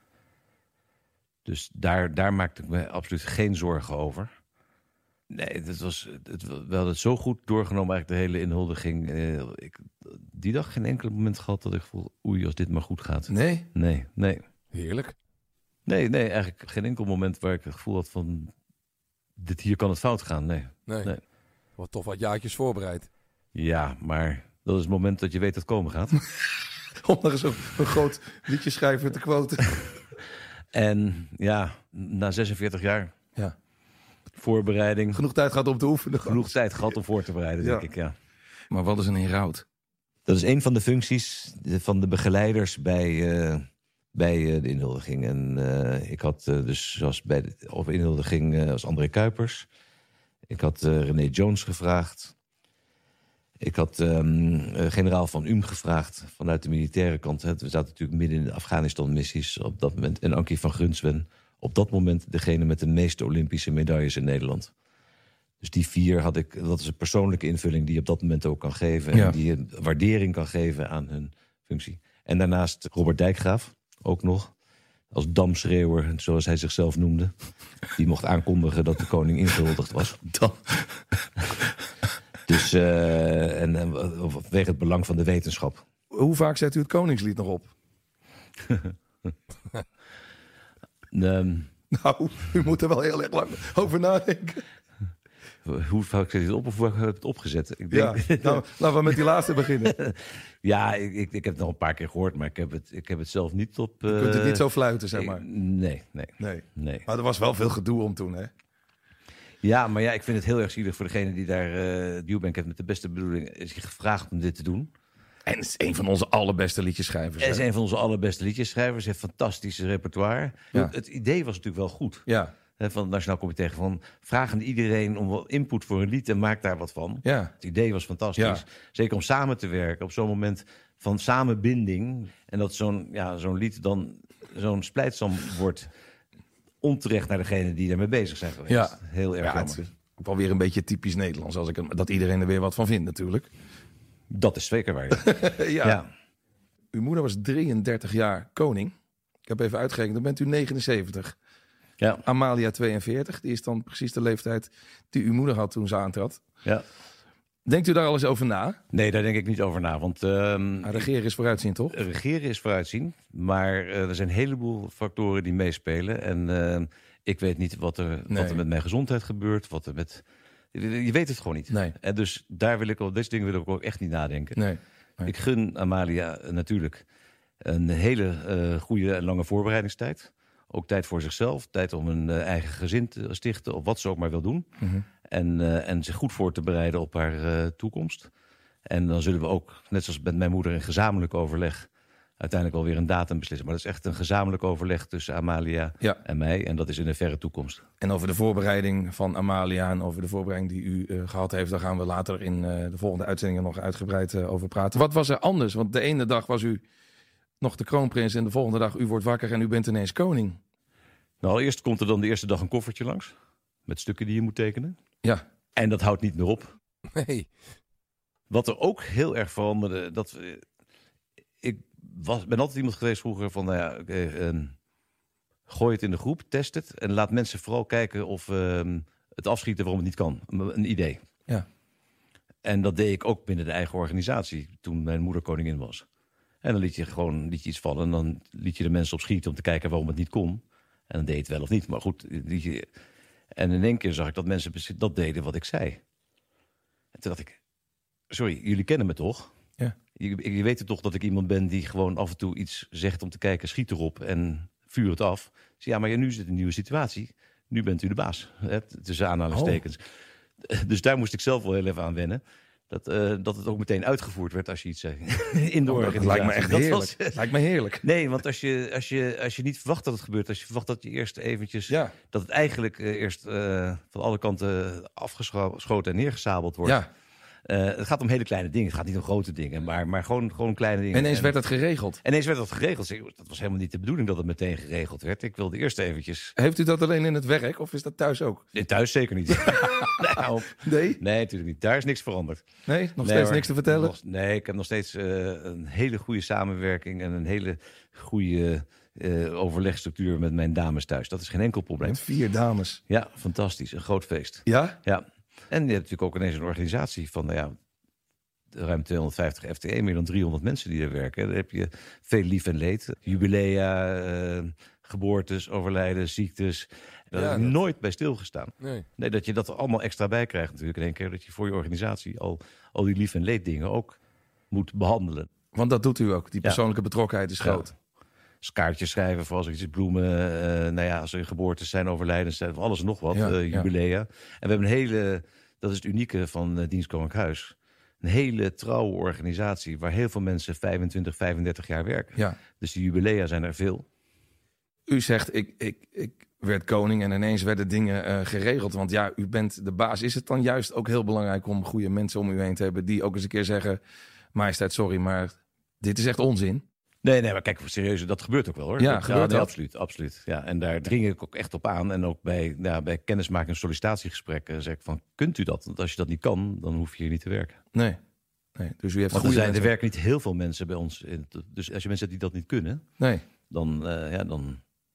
dus daar, daar maakte ik me absoluut geen zorgen over. Nee, het was, het, we hadden het zo goed doorgenomen, eigenlijk de hele inhuldiging. Uh, ik die dag geen enkel moment gehad dat ik voel, oei, als dit maar goed gaat. Nee? Nee, nee. Heerlijk. Nee, nee, eigenlijk geen enkel moment waar ik het gevoel had van, dit hier kan het fout gaan. Nee. Nee. nee. Wat toch wat jaartjes voorbereid. Ja, maar dat is het moment dat je weet dat het komen gaat. Om nog eens een, een groot liedje schrijven te quoten. En ja, na zesenveertig jaar... Ja. Voorbereiding. Genoeg tijd gehad om te oefenen. Genoeg tijd gehad om voor te bereiden, ja. denk ik, ja. Maar wat is een heraut? Dat is een van de functies van de begeleiders bij, uh, bij uh, de inhuldiging. En uh, ik had uh, dus, zoals bij de of inhuldiging, uh, als André Kuipers. Ik had uh, René Jones gevraagd. Ik had um, uh, generaal Van Uhm gevraagd vanuit de militaire kant. Hè. We zaten natuurlijk midden in de Afghanistan-missies op dat moment. En Ankie van Grunsven. Op dat moment degene met de meeste Olympische medailles in Nederland. Dus die vier had ik, dat is een persoonlijke invulling die je op dat moment ook kan geven. Ja. En die een waardering kan geven aan hun functie. En daarnaast Robert Dijkgraaf, ook nog. als damschreeuwer, zoals hij zichzelf noemde. Die mocht aankondigen dat de koning ingehuldigd was. Dan. Dus, uh, en uh, vanwege het belang van de wetenschap. Hoe vaak zet u het Koningslied nog op? um, nou, u moet er wel heel erg lang over nadenken. Hoe vaak zet je het op of hoe heb je het opgezet? Ik denk... Ja, nou, laten we met die laatste beginnen. Ja, ik, ik, ik heb het nog een paar keer gehoord, maar ik heb het, ik heb het zelf niet op... Uh... Je kunt het niet zo fluiten, zeg maar. Ik, nee, nee, nee, nee. Maar er was wel veel gedoe om toen, hè? Ja, maar ja, ik vind het heel erg zielig voor degene die daar uh, Duwbank heeft met de beste bedoeling is gevraagd om dit te doen. En het is een van onze allerbeste liedjeschrijvers. Het is een van onze allerbeste liedjeschrijvers. Hij heeft fantastische repertoire. Ja. Het idee was natuurlijk wel goed. Ja. Van het Nationaal Comité van vragen iedereen om wat input voor een lied en maak daar wat van. Ja. Het idee was fantastisch. Ja. Zeker om samen te werken op zo'n moment van samenbinding. En dat zo'n ja, zo'n lied dan zo'n splijtsam wordt onterecht naar degene die ermee bezig zijn geweest. Ja. Heel erg ja, jammer. Het is ook wel weer een beetje typisch Nederlands. Als ik hem, dat iedereen er weer wat van vindt natuurlijk. Dat is zeker waar. Ja. ja. ja. Uw moeder was drieëndertig jaar koning. Ik heb even uitgerekend, dan bent u negenenzeventig. Ja. Amalia tweeënveertig, die is dan precies de leeftijd die uw moeder had toen ze aantrad. Ja. Denkt u daar al eens over na? Nee, daar denk ik niet over na. Want, um, regeren is vooruitzien, toch? Regeren is vooruitzien. Maar uh, er zijn een heleboel factoren die meespelen. En uh, ik weet niet wat er, nee. wat er met mijn gezondheid gebeurt. Wat er met... Je weet het gewoon niet. Nee. En dus daar wil ik op deze dingen wil ik ook echt niet nadenken. Nee. Nee. Ik gun Amalia uh, natuurlijk een hele uh, goede en lange voorbereidingstijd. Ook tijd voor zichzelf, tijd om een uh, eigen gezin te stichten, of wat ze ook maar wil doen. Mm-hmm. En, uh, en zich goed voor te bereiden op haar uh, toekomst. En dan zullen we ook, net zoals met mijn moeder in gezamenlijk overleg, uiteindelijk alweer een datum beslissen. Maar dat is echt een gezamenlijk overleg tussen Amalia ja. en mij. En dat is in de verre toekomst. En over de voorbereiding van Amalia en over de voorbereiding die u uh, gehad heeft, daar gaan we later in uh, de volgende uitzendingen nog uitgebreid uh, over praten. Wat was er anders? Want de ene dag was u nog de kroonprins en de volgende dag u wordt wakker en u bent ineens koning. Nou, allereerst komt er dan de eerste dag een koffertje langs. Met stukken die je moet tekenen. Ja. En dat houdt niet meer op. Nee. Wat er ook heel erg veranderde. Dat, ik was, ben altijd iemand geweest vroeger van, nou ja, okay, uh, gooi het in de groep, test het. En laat mensen vooral kijken of uh, het afschieten waarom het niet kan. Een idee. Ja. En dat deed ik ook binnen de eigen organisatie toen mijn moeder koningin was. En dan liet je gewoon liet je iets vallen en dan liet je de mensen op schieten om te kijken waarom het niet kon. En dan deed je het wel of niet. Maar goed, liet je... en in één keer zag ik dat mensen dat deden wat ik zei. En toen dacht ik, sorry, jullie kennen me toch? Ja. Je, je weet toch dat ik iemand ben die gewoon af en toe iets zegt om te kijken, schiet erop en vuur het af. Dus ja, maar nu zit een nieuwe situatie. Nu bent u de baas, hè, tussen aanhalingstekens. Oh. Dus daar moest ik zelf wel heel even aan wennen. Dat, uh, dat het ook meteen uitgevoerd werd als je iets zei. In de oh, organisatie. Dat lijkt me echt dat heerlijk. Was, lijkt me heerlijk. Nee, want als je, als, je, als je niet verwacht dat het gebeurt, als je verwacht dat je eerst eventjes... Ja. dat het eigenlijk uh, eerst uh, van alle kanten afgeschoten en neergesabeld wordt. Ja. Uh, het gaat om hele kleine dingen. Het gaat niet om grote dingen, maar, maar gewoon, gewoon kleine dingen. En ineens en, werd het geregeld. En ineens werd het geregeld. Dat was helemaal niet de bedoeling dat het meteen geregeld werd. Ik wilde eerst eventjes... Heeft u dat alleen in het werk of is dat thuis ook? Nee, thuis zeker niet. nou, nee? Nee, natuurlijk niet. Daar is niks veranderd. Nee? Nog nee, steeds hoor. niks te vertellen? Nog, nee, ik heb nog steeds uh, een hele goede samenwerking en een hele goede uh, overlegstructuur met mijn dames thuis. Dat is geen enkel probleem. Met vier dames? Ja, fantastisch. Een groot feest. Ja? Ja. En je hebt natuurlijk ook ineens een organisatie van, nou ja, ruim tweehonderdvijftig F T E, meer dan driehonderd mensen die er werken. Daar heb je veel lief en leed. Jubilea, uh, geboortes, overlijden, ziektes. Daar ja, heb ik dat... nooit bij stilgestaan. Nee. nee, dat je dat er allemaal extra bij krijgt natuurlijk in één keer. Dat je voor je organisatie al, al die lief en leed dingen ook moet behandelen. Want dat doet u ook. Die persoonlijke ja. betrokkenheid is groot. Ja. Dus kaartjes schrijven voor als er iets bloemen. Uh, nou ja, als er geboortes zijn, overlijdens zijn, van alles en nog wat. Ja, uh, jubilea. Ja. En we hebben een hele, dat is het unieke van uh, Dienst Koninklijk Huis. Een hele trouwe organisatie waar heel veel mensen vijfentwintig, vijfendertig jaar werken. Ja. Dus die jubilea zijn er veel. U zegt, ik, ik, ik werd koning en ineens werden dingen uh, geregeld. Want ja, u bent de baas. Is het dan juist ook heel belangrijk om goede mensen om u heen te hebben die ook eens een keer zeggen, majesteit, sorry, maar dit is echt onzin? Nee, nee, maar kijk, serieus, dat gebeurt ook wel hoor. Ja, dat, gebeurt ja, nee, dat? absoluut, absoluut. Ja, en daar dring ik ook echt op aan. En ook bij, ja, bij kennismaking en sollicitatiegesprekken zeg ik van, kunt u dat? Want als je dat niet kan, dan hoef je hier niet te werken. Nee. Nee, dus u heeft Want er, zijn, er mensen. werken niet heel veel mensen bij ons. In, dus als je mensen hebt die dat niet kunnen, nee. dan, uh, ja, dan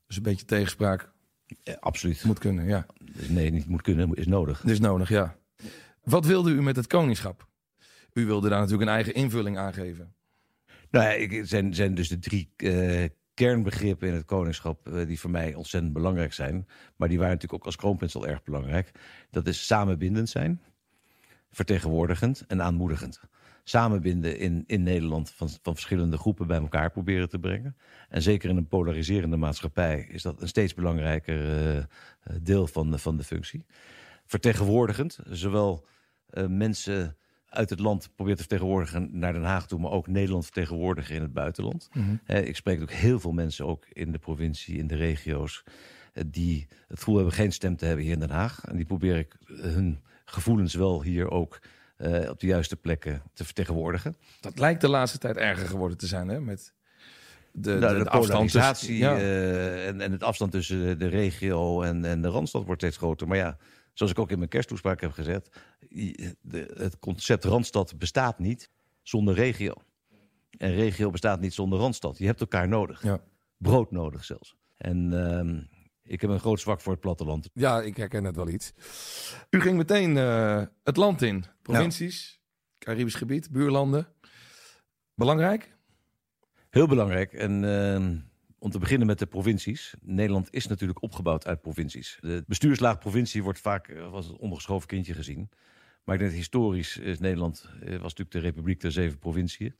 Dus een beetje tegenspraak. Ja, absoluut. Moet kunnen, ja. Dus nee, niet moet kunnen, is nodig. Is nodig, ja. Wat wilde u met het koningschap? U wilde daar natuurlijk een eigen invulling aan geven. Nou ja, ik, zijn, zijn dus de drie uh, kernbegrippen in het koningschap uh, die voor mij ontzettend belangrijk zijn. Maar die waren natuurlijk ook als kroonprins al erg belangrijk. Dat is samenbindend zijn, vertegenwoordigend en aanmoedigend. Samenbinden in, in Nederland van, van verschillende groepen bij elkaar proberen te brengen. En zeker in een polariserende maatschappij is dat een steeds belangrijker uh, deel van de, van de functie. Vertegenwoordigend, zowel uh, mensen uit het land proberen te vertegenwoordigen naar Den Haag toe, maar ook Nederland vertegenwoordigen in het buitenland. Mm-hmm. Uh, ik spreek ook heel veel mensen, ook in de provincie, in de regio's, uh, die het gevoel hebben geen stem te hebben hier in Den Haag. En die probeer ik uh, hun gevoelens wel hier ook Uh, op de juiste plekken te vertegenwoordigen. Dat lijkt de laatste tijd erger geworden te zijn, hè? Met de, nou, de, de, de polarisatie tussen, ja. uh, en, en het afstand tussen de regio en, en de Randstad wordt steeds groter. Maar ja, zoals ik ook in mijn kersttoespraak heb gezet, de, het concept Randstad bestaat niet zonder regio. En regio bestaat niet zonder Randstad. Je hebt elkaar nodig. Ja. Brood nodig zelfs. En Uh, ik heb een groot zwak voor het platteland. Ja, ik herken het wel iets. U ging meteen uh, het land in. Provincies, ja. Caribisch gebied, buurlanden. Belangrijk? Heel belangrijk. En uh, om te beginnen met de provincies. Nederland is natuurlijk opgebouwd uit provincies. De bestuurslaag provincie wordt vaak als een ondergeschoven kindje gezien. Maar ik denk dat historisch is Nederland, was natuurlijk de Republiek der Zeven Provinciën.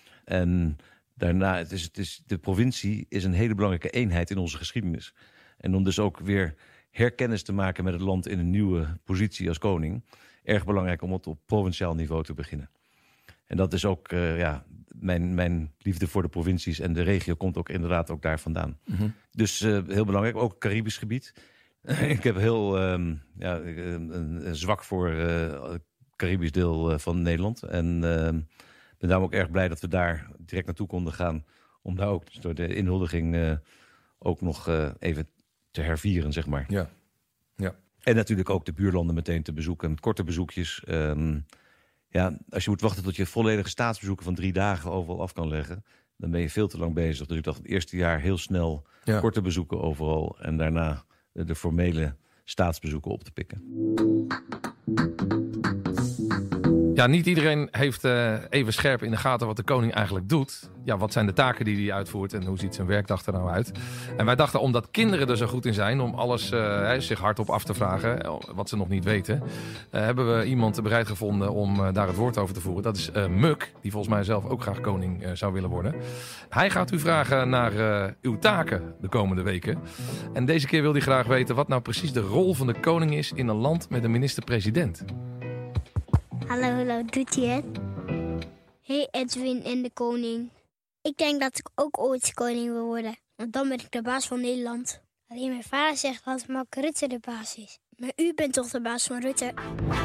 En daarna, het is, het is, de provincie is een hele belangrijke eenheid in onze geschiedenis. En om dus ook weer herkennis te maken met het land in een nieuwe positie als koning. Erg belangrijk om het op provinciaal niveau te beginnen. En dat is ook, uh, ja, mijn, mijn liefde voor de provincies en de regio komt ook inderdaad ook daar vandaan. Mm-hmm. Dus uh, heel belangrijk, ook het Caribisch gebied. Ik heb heel um, ja, een, een zwak voor uh, het Caribisch deel uh, van Nederland. En uh, ben daarom ook erg blij dat we daar direct naartoe konden gaan. Om daar ook dus door de inhuldiging uh, ook nog uh, even te hervieren, zeg maar. Ja. Ja. En natuurlijk ook de buurlanden meteen te bezoeken. Met korte bezoekjes. Um, ja, als je moet wachten tot je volledige staatsbezoeken van drie dagen overal af kan leggen, dan ben je veel te lang bezig. Dus ik dacht het eerste jaar heel snel ja. korte bezoeken overal. En daarna de, de formele staatsbezoeken op te pikken. Ja, niet iedereen heeft uh, even scherp in de gaten wat de koning eigenlijk doet. Ja, wat zijn de taken die hij uitvoert en hoe ziet zijn werkdag er nou uit? En wij dachten, omdat kinderen er zo goed in zijn om alles uh, zich hardop af te vragen, wat ze nog niet weten, uh, hebben we iemand bereid gevonden om uh, daar het woord over te voeren. Dat is uh, Muk, die volgens mij zelf ook graag koning uh, zou willen worden. Hij gaat u vragen naar uh, uw taken de komende weken. En deze keer wil hij graag weten wat nou precies de rol van de koning is in een land met een minister-president. Hallo, hallo, doet hij het? Hey Edwin en de koning. Ik denk dat ik ook ooit koning wil worden, want dan ben ik de baas van Nederland. Alleen mijn vader zegt dat Mark Rutte de baas is. Maar u bent toch de baas van Rutte?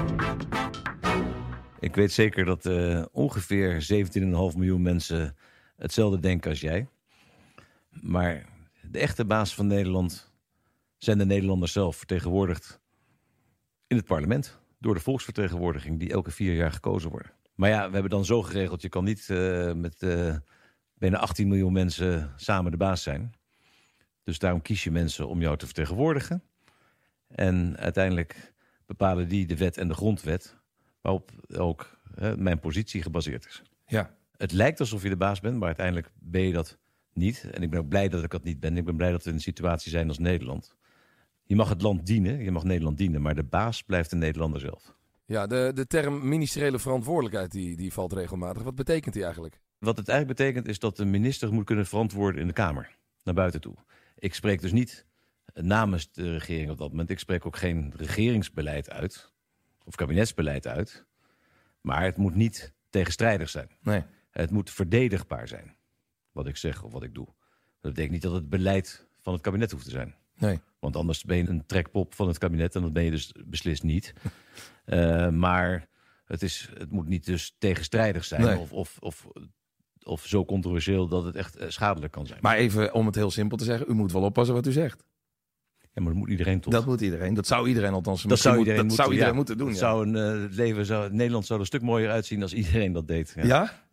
Ik weet zeker dat uh, ongeveer zeventien komma vijf miljoen mensen hetzelfde denken als jij. Maar de echte baas van Nederland zijn de Nederlanders zelf, vertegenwoordigd in het parlement. Door de volksvertegenwoordiging die elke vier jaar gekozen worden. Maar ja, we hebben dan zo geregeld, je kan niet uh, met uh, bijna achttien miljoen mensen samen de baas zijn. Dus daarom kies je mensen om jou te vertegenwoordigen. En uiteindelijk bepalen die de wet en de grondwet, waarop ook uh, mijn positie gebaseerd is. Ja. Het lijkt alsof je de baas bent, maar uiteindelijk ben je dat niet. En ik ben ook blij dat ik dat niet ben. Ik ben blij dat we in een situatie zijn als Nederland. Je mag het land dienen, je mag Nederland dienen, maar de baas blijft de Nederlander zelf. Ja, de, de term ministeriële verantwoordelijkheid die, die valt regelmatig. Wat betekent die eigenlijk? Wat het eigenlijk betekent is dat de minister moet kunnen verantwoorden in de Kamer, naar buiten toe. Ik spreek dus niet namens de regering op dat moment. Ik spreek ook geen regeringsbeleid uit, of kabinetsbeleid uit. Maar het moet niet tegenstrijdig zijn. Nee. Het moet verdedigbaar zijn, wat ik zeg of wat ik doe. Dat betekent niet dat het beleid van het kabinet hoeft te zijn. Nee. Want anders ben je een trekpop van het kabinet en dat ben je dus beslist niet. uh, maar het, is, het moet niet dus tegenstrijdig zijn nee. of, of, of, of zo controversieel dat het echt uh, schadelijk kan zijn. Maar even om het heel simpel te zeggen, u moet wel oppassen wat u zegt. Ja, maar dat moet iedereen toch? Dat moet iedereen. Dat zou iedereen althans dat zou iedereen, moet, dat moeten, zou iedereen ja. moeten doen. Dat ja. zou een, uh, het leven zou, Nederland zou er een stuk mooier uitzien als iedereen dat deed. Ja? ja?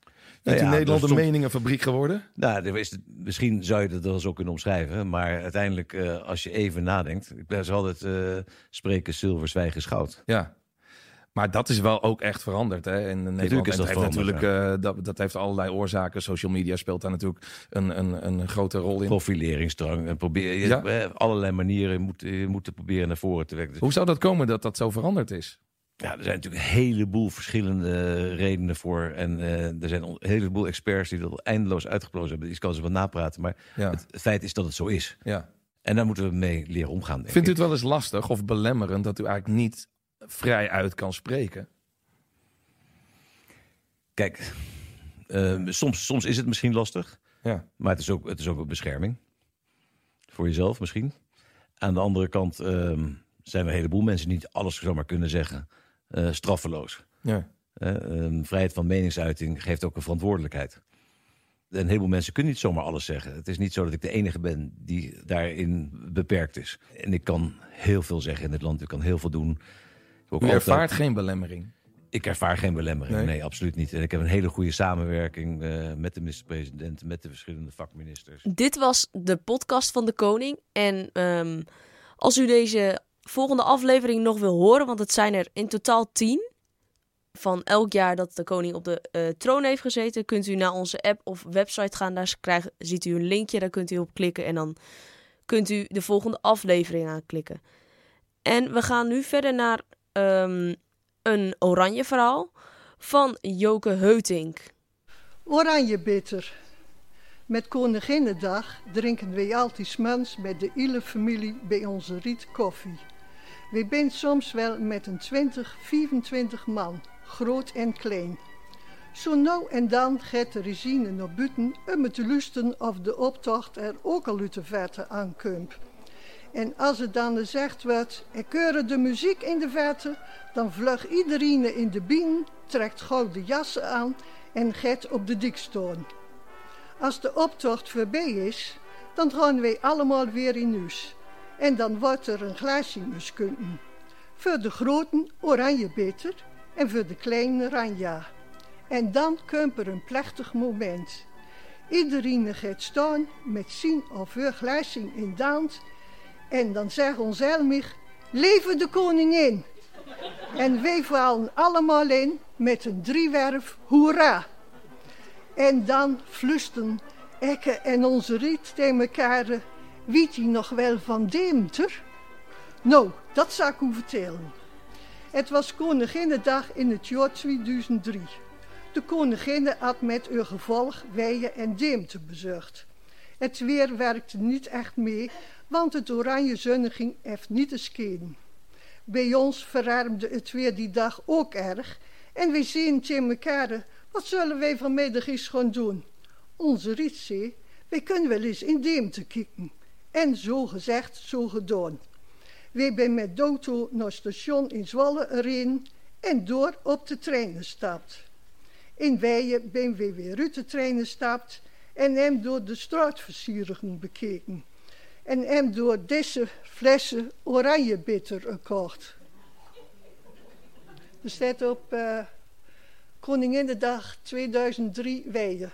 Is ja, in Nederland een soms... meningenfabriek geworden? Nou, er is het, misschien zou je dat wel zo kunnen omschrijven. Maar uiteindelijk, uh, als je even nadenkt... Ik ben altijd uh, spreken zilver, zwijgen goud. Ja. Maar dat is wel ook echt veranderd. Hè? In Nederland natuurlijk is dat heeft veranderd, natuurlijk, uh, dat, dat heeft allerlei oorzaken. Social media speelt daar natuurlijk een, een, een grote rol in. Profileringsdrang. En probeer, je, ja? Allerlei manieren moet, je moet proberen naar voren te werken. Hoe zou dat komen dat dat zo veranderd is? Ja, er zijn natuurlijk een heleboel verschillende redenen voor. En uh, er zijn een heleboel experts die dat eindeloos uitgeplozen hebben. Die kan ze wel napraten. Maar ja. het, het feit is dat het zo is. Ja. En daar moeten we mee leren omgaan, denk Vindt u ik. het wel eens lastig of belemmerend dat u eigenlijk niet vrij uit kan spreken? Kijk, uh, soms, soms is het misschien lastig. Ja. Maar het is, ook, het is ook een bescherming. Voor jezelf misschien. Aan de andere kant uh, zijn er een heleboel mensen die niet alles zomaar kunnen zeggen. Uh, straffeloos. Ja. Uh, um, vrijheid van meningsuiting geeft ook een verantwoordelijkheid. En een heleboel mensen kunnen niet zomaar alles zeggen. Het is niet zo dat ik de enige ben die daarin beperkt is. En ik kan heel veel zeggen in dit land. Ik kan heel veel doen. U ervaart altijd... geen belemmering? Ik ervaar geen belemmering, nee. nee, absoluut niet. En ik heb een hele goede samenwerking uh, met de minister-president, met de verschillende vakministers. Dit was de podcast van de koning. En um, als u deze volgende aflevering nog wil horen, want het zijn er in totaal tien... van elk jaar dat de koning op de uh, troon heeft gezeten, kunt u naar onze app of website gaan. Daar krijgt, ziet u een linkje, daar kunt u op klikken en dan kunt u de volgende aflevering aanklikken. En we gaan nu verder naar um, een oranje verhaal van Joke Heutink. Oranje bitter. Met Koninginnedag drinken wij altijd 's maandags met de hele familie bij onze riet koffie. We zijn soms wel met een twintig, vierentwintig man, groot en klein. Zo nou en dan gaat de regine naar buiten om te luisteren of de optocht er ook al uit de verte aankomt. En als het dan gezegd wordt, ik hoor de muziek in de verte, dan vlug iedereen in de binnen, trekt gauw de jassen aan en gaat op de dik staan. Als de optocht voorbij is, dan gaan wij allemaal weer in huis. En dan wordt er een glaasje geschonken. Voor de groten oranje bitter en voor de kleine ranja. En dan komt er een plechtig moment. Iedereen gaat staan met zijn of haar glaasje in de hand. En dan zegt ons Elmich, leven de koningin. En wij vallen allemaal in met een driewerf hoera. En dan flusten Ekke en onze Riet tegen elkaar, weet hij nog wel van Deventer? Nou, dat zal ik u vertellen. Het was Koninginnedag in het jaar tweeduizend drie. De koninginne had met haar gevolg Weijen en Deventer bezocht. Het weer werkte niet echt mee, want het oranje zonniging heeft niet te schelen. Bij ons verarmde het weer die dag ook erg en wij zeiden tegen elkaar, wat zullen wij vanmiddag eens gaan doen? Onze Riet zei, wij kunnen wel eens in Deventer kijken. En zo gezegd, zo gedaan. Wij zijn met de auto naar het station in Zwolle gereden en door op de trein gestapt. In Weijen zijn we weer uit de trein gestapt en hem door de straatversieringen bekeken. En hem door deze flessen oranje bitter gekocht. Er staat op uh, Koninginnedag tweeduizend drie Weijen.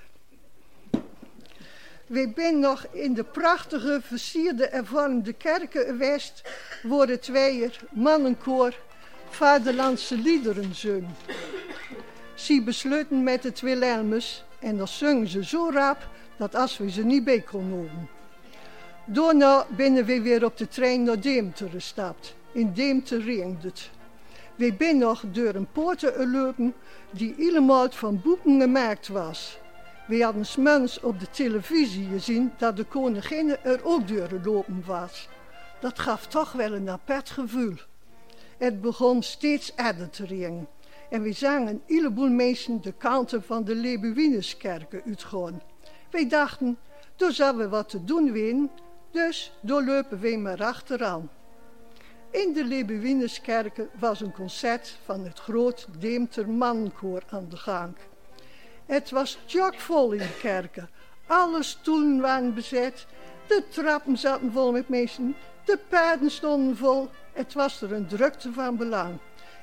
We zijn nog in de prachtige, versierde en vormde kerken geweest, waar het Weijer mannenkoor vaderlandse liederen zong. Ze besluiten met het Wilhelmus en dan zingen ze zo rap dat als we ze niet bij konden houden. Daarna zijn we weer op de trein naar Deventer gestapt. In Deventer regent het. We zijn nog door een poorten gelopen die helemaal van boeken gemaakt was. We hadden 's morgens op de televisie gezien dat de koningin er ook doorgelopen was. Dat gaf toch wel een apart gevoel. Het begon steeds harder te regenen. En we zagen een heleboel mensen de kanten van de Lebuinuskerken uitgaan. Wij dachten, daar zullen we wat te doen weten, dus daar lopen we maar achteraan. In de Lebuinuskerken was een concert van het groot Deventer mannenkoor aan de gang. Het was chockvol in de kerken. Alle stoelen waren bezet. De trappen zaten vol met mensen. De paarden stonden vol. Het was er een drukte van belang.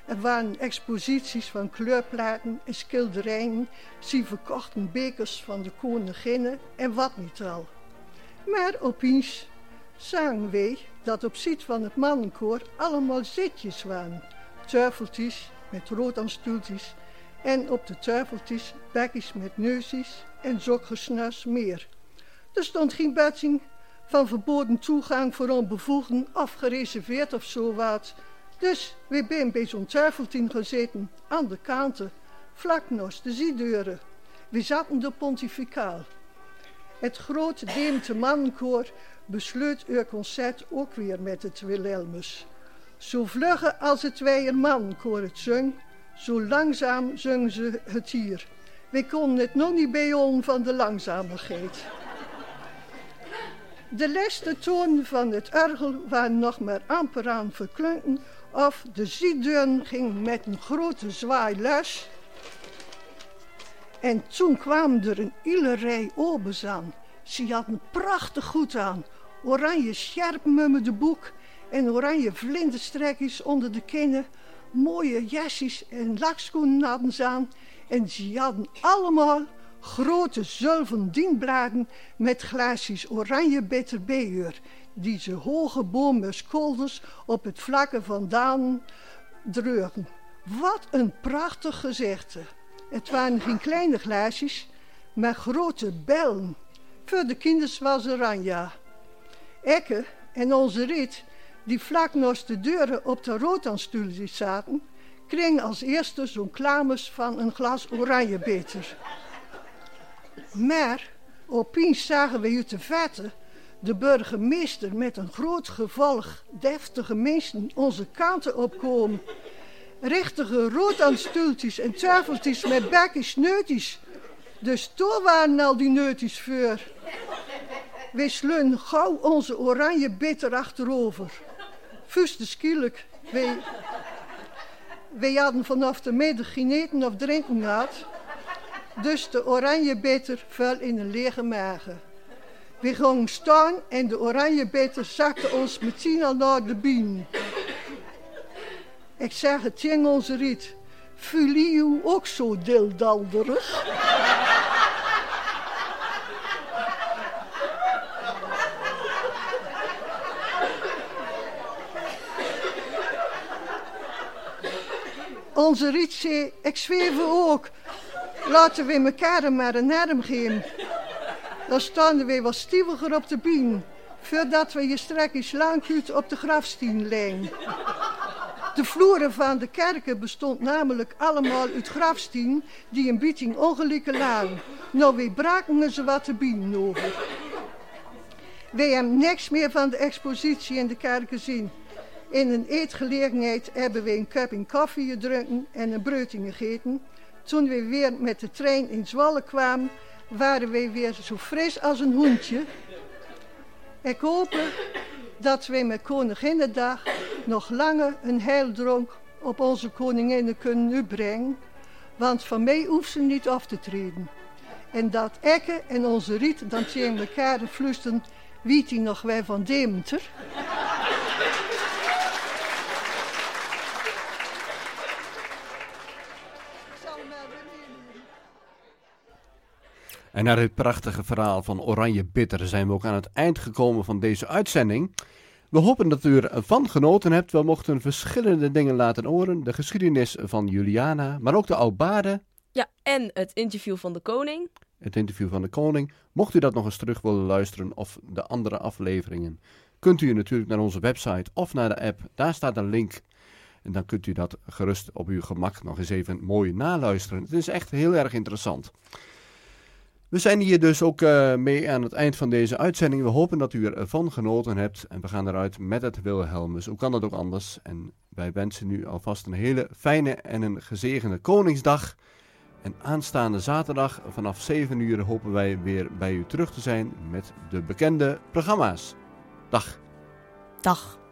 Er waren exposities van kleurplaten en schilderijen. Ze verkochten bekers van de koninginnen en wat niet al. Maar opeens zagen wij dat op ziet van het mannenkoor allemaal zitjes waren. Tuifeltjes met rood aan stoeltjes en op de tuifeltjes bekjes met neusjes en zokgesnuis meer. Er stond geen betsing van verboden toegang voor onbevoegden of gereserveerd of zo wat. Dus we zijn bij zo'n tuifeltje gezeten aan de kanten, vlak naast de ziedeuren. We zaten de pontificaal. Het grote Deemte mannenkoor besloot uw concert ook weer met het Wilhelmus. Zo vlugge als het Weier mannenkoor het zong, zo langzaam zong ze het hier. We konden het nog niet behouden van de langzaamheid. De laatste tonen van het orgel waren nog maar amper aan verklonken of de ziedeur ging met een grote zwaai los. En toen kwam er een hele rij obers aan. Ze hadden prachtig goed aan. Oranje sjerpmummerde boek en oranje vlinderstrekjes onder de kinnen. Mooie jasjes en lakschoenen hadden ze aan. En ze hadden allemaal grote zilveren dienbladen met glaasjes oranje bitter beer, die ze hoge boommuskolders op het vlakke vandaan dreugen. Wat een prachtig gezichte. Het waren geen kleine glaasjes, maar grote bellen. Voor de kinders was oranje. Ekke en onze Riet, die vlak naast de deuren op de roodaanstoeltjes zaten, kregen als eerste zo'n klamers van een glas oranje bitter. Maar opeens zagen we uit de verte de burgemeester met een groot gevolg deftige mensen onze kanten opkomen. Richtige roodaanstoeltjes en tafeltjes met bekjes neutjes. Dus toen waren al die neutjes voor. We sleun gauw onze oranje bitter achterover. Fuste schielijk. We, we hadden vanaf de middag geen eten of drinken gehad. Dus de oranje bitter viel in een lege magen. We gingen staan en de oranje bitter zakte ons meteen al naar de bienen. Ik zeg het tegen onze Riet. Voel je ook zo dildalderig? Onze Riet zei, ik zweef ook. Laten we elkaar maar een arm geven. Dan stonden we wat steviger op de been, voordat we je strakjes lang op de grafsteen leggen. De vloeren van de kerken bestond namelijk allemaal uit grafsteen die een beetje ongelijke lagen. Nou, we braken ze wat de been over. We hebben niks meer van de expositie in de kerken gezien. In een eetgelegenheid hebben we een cupping koffie gedronken en een broodje gegeten. Toen we weer met de trein in Zwolle kwamen, waren we weer zo fris als een hoentje. Ik hoop dat we met Koninginnedag nog langer een heildronk op onze koninginnen kunnen uitbrengen, want van mij hoeft ze niet af te treden. En dat Ekke en onze Riet dan tegen elkaar fluisteren, weet hij nog wij van Deventer? En na dit prachtige verhaal van Oranje Bitter zijn we ook aan het eind gekomen van deze uitzending. We hopen dat u ervan genoten hebt. We mochten verschillende dingen laten horen. De geschiedenis van Juliana, maar ook de oudbaden. Ja, en het interview van de koning. Het interview van de koning. Mocht u dat nog eens terug willen luisteren of de andere afleveringen, kunt u natuurlijk naar onze website of naar de app. Daar staat een link. En dan kunt u dat gerust op uw gemak nog eens even mooi naluisteren. Het is echt heel erg interessant. We zijn hier dus ook uh, mee aan het eind van deze uitzending. We hopen dat u ervan genoten hebt. En we gaan eruit met het Wilhelmus. Hoe kan dat ook anders? En wij wensen u alvast een hele fijne en een gezegende Koningsdag. En aanstaande zaterdag vanaf zeven uur hopen wij weer bij u terug te zijn met de bekende programma's. Dag. Dag.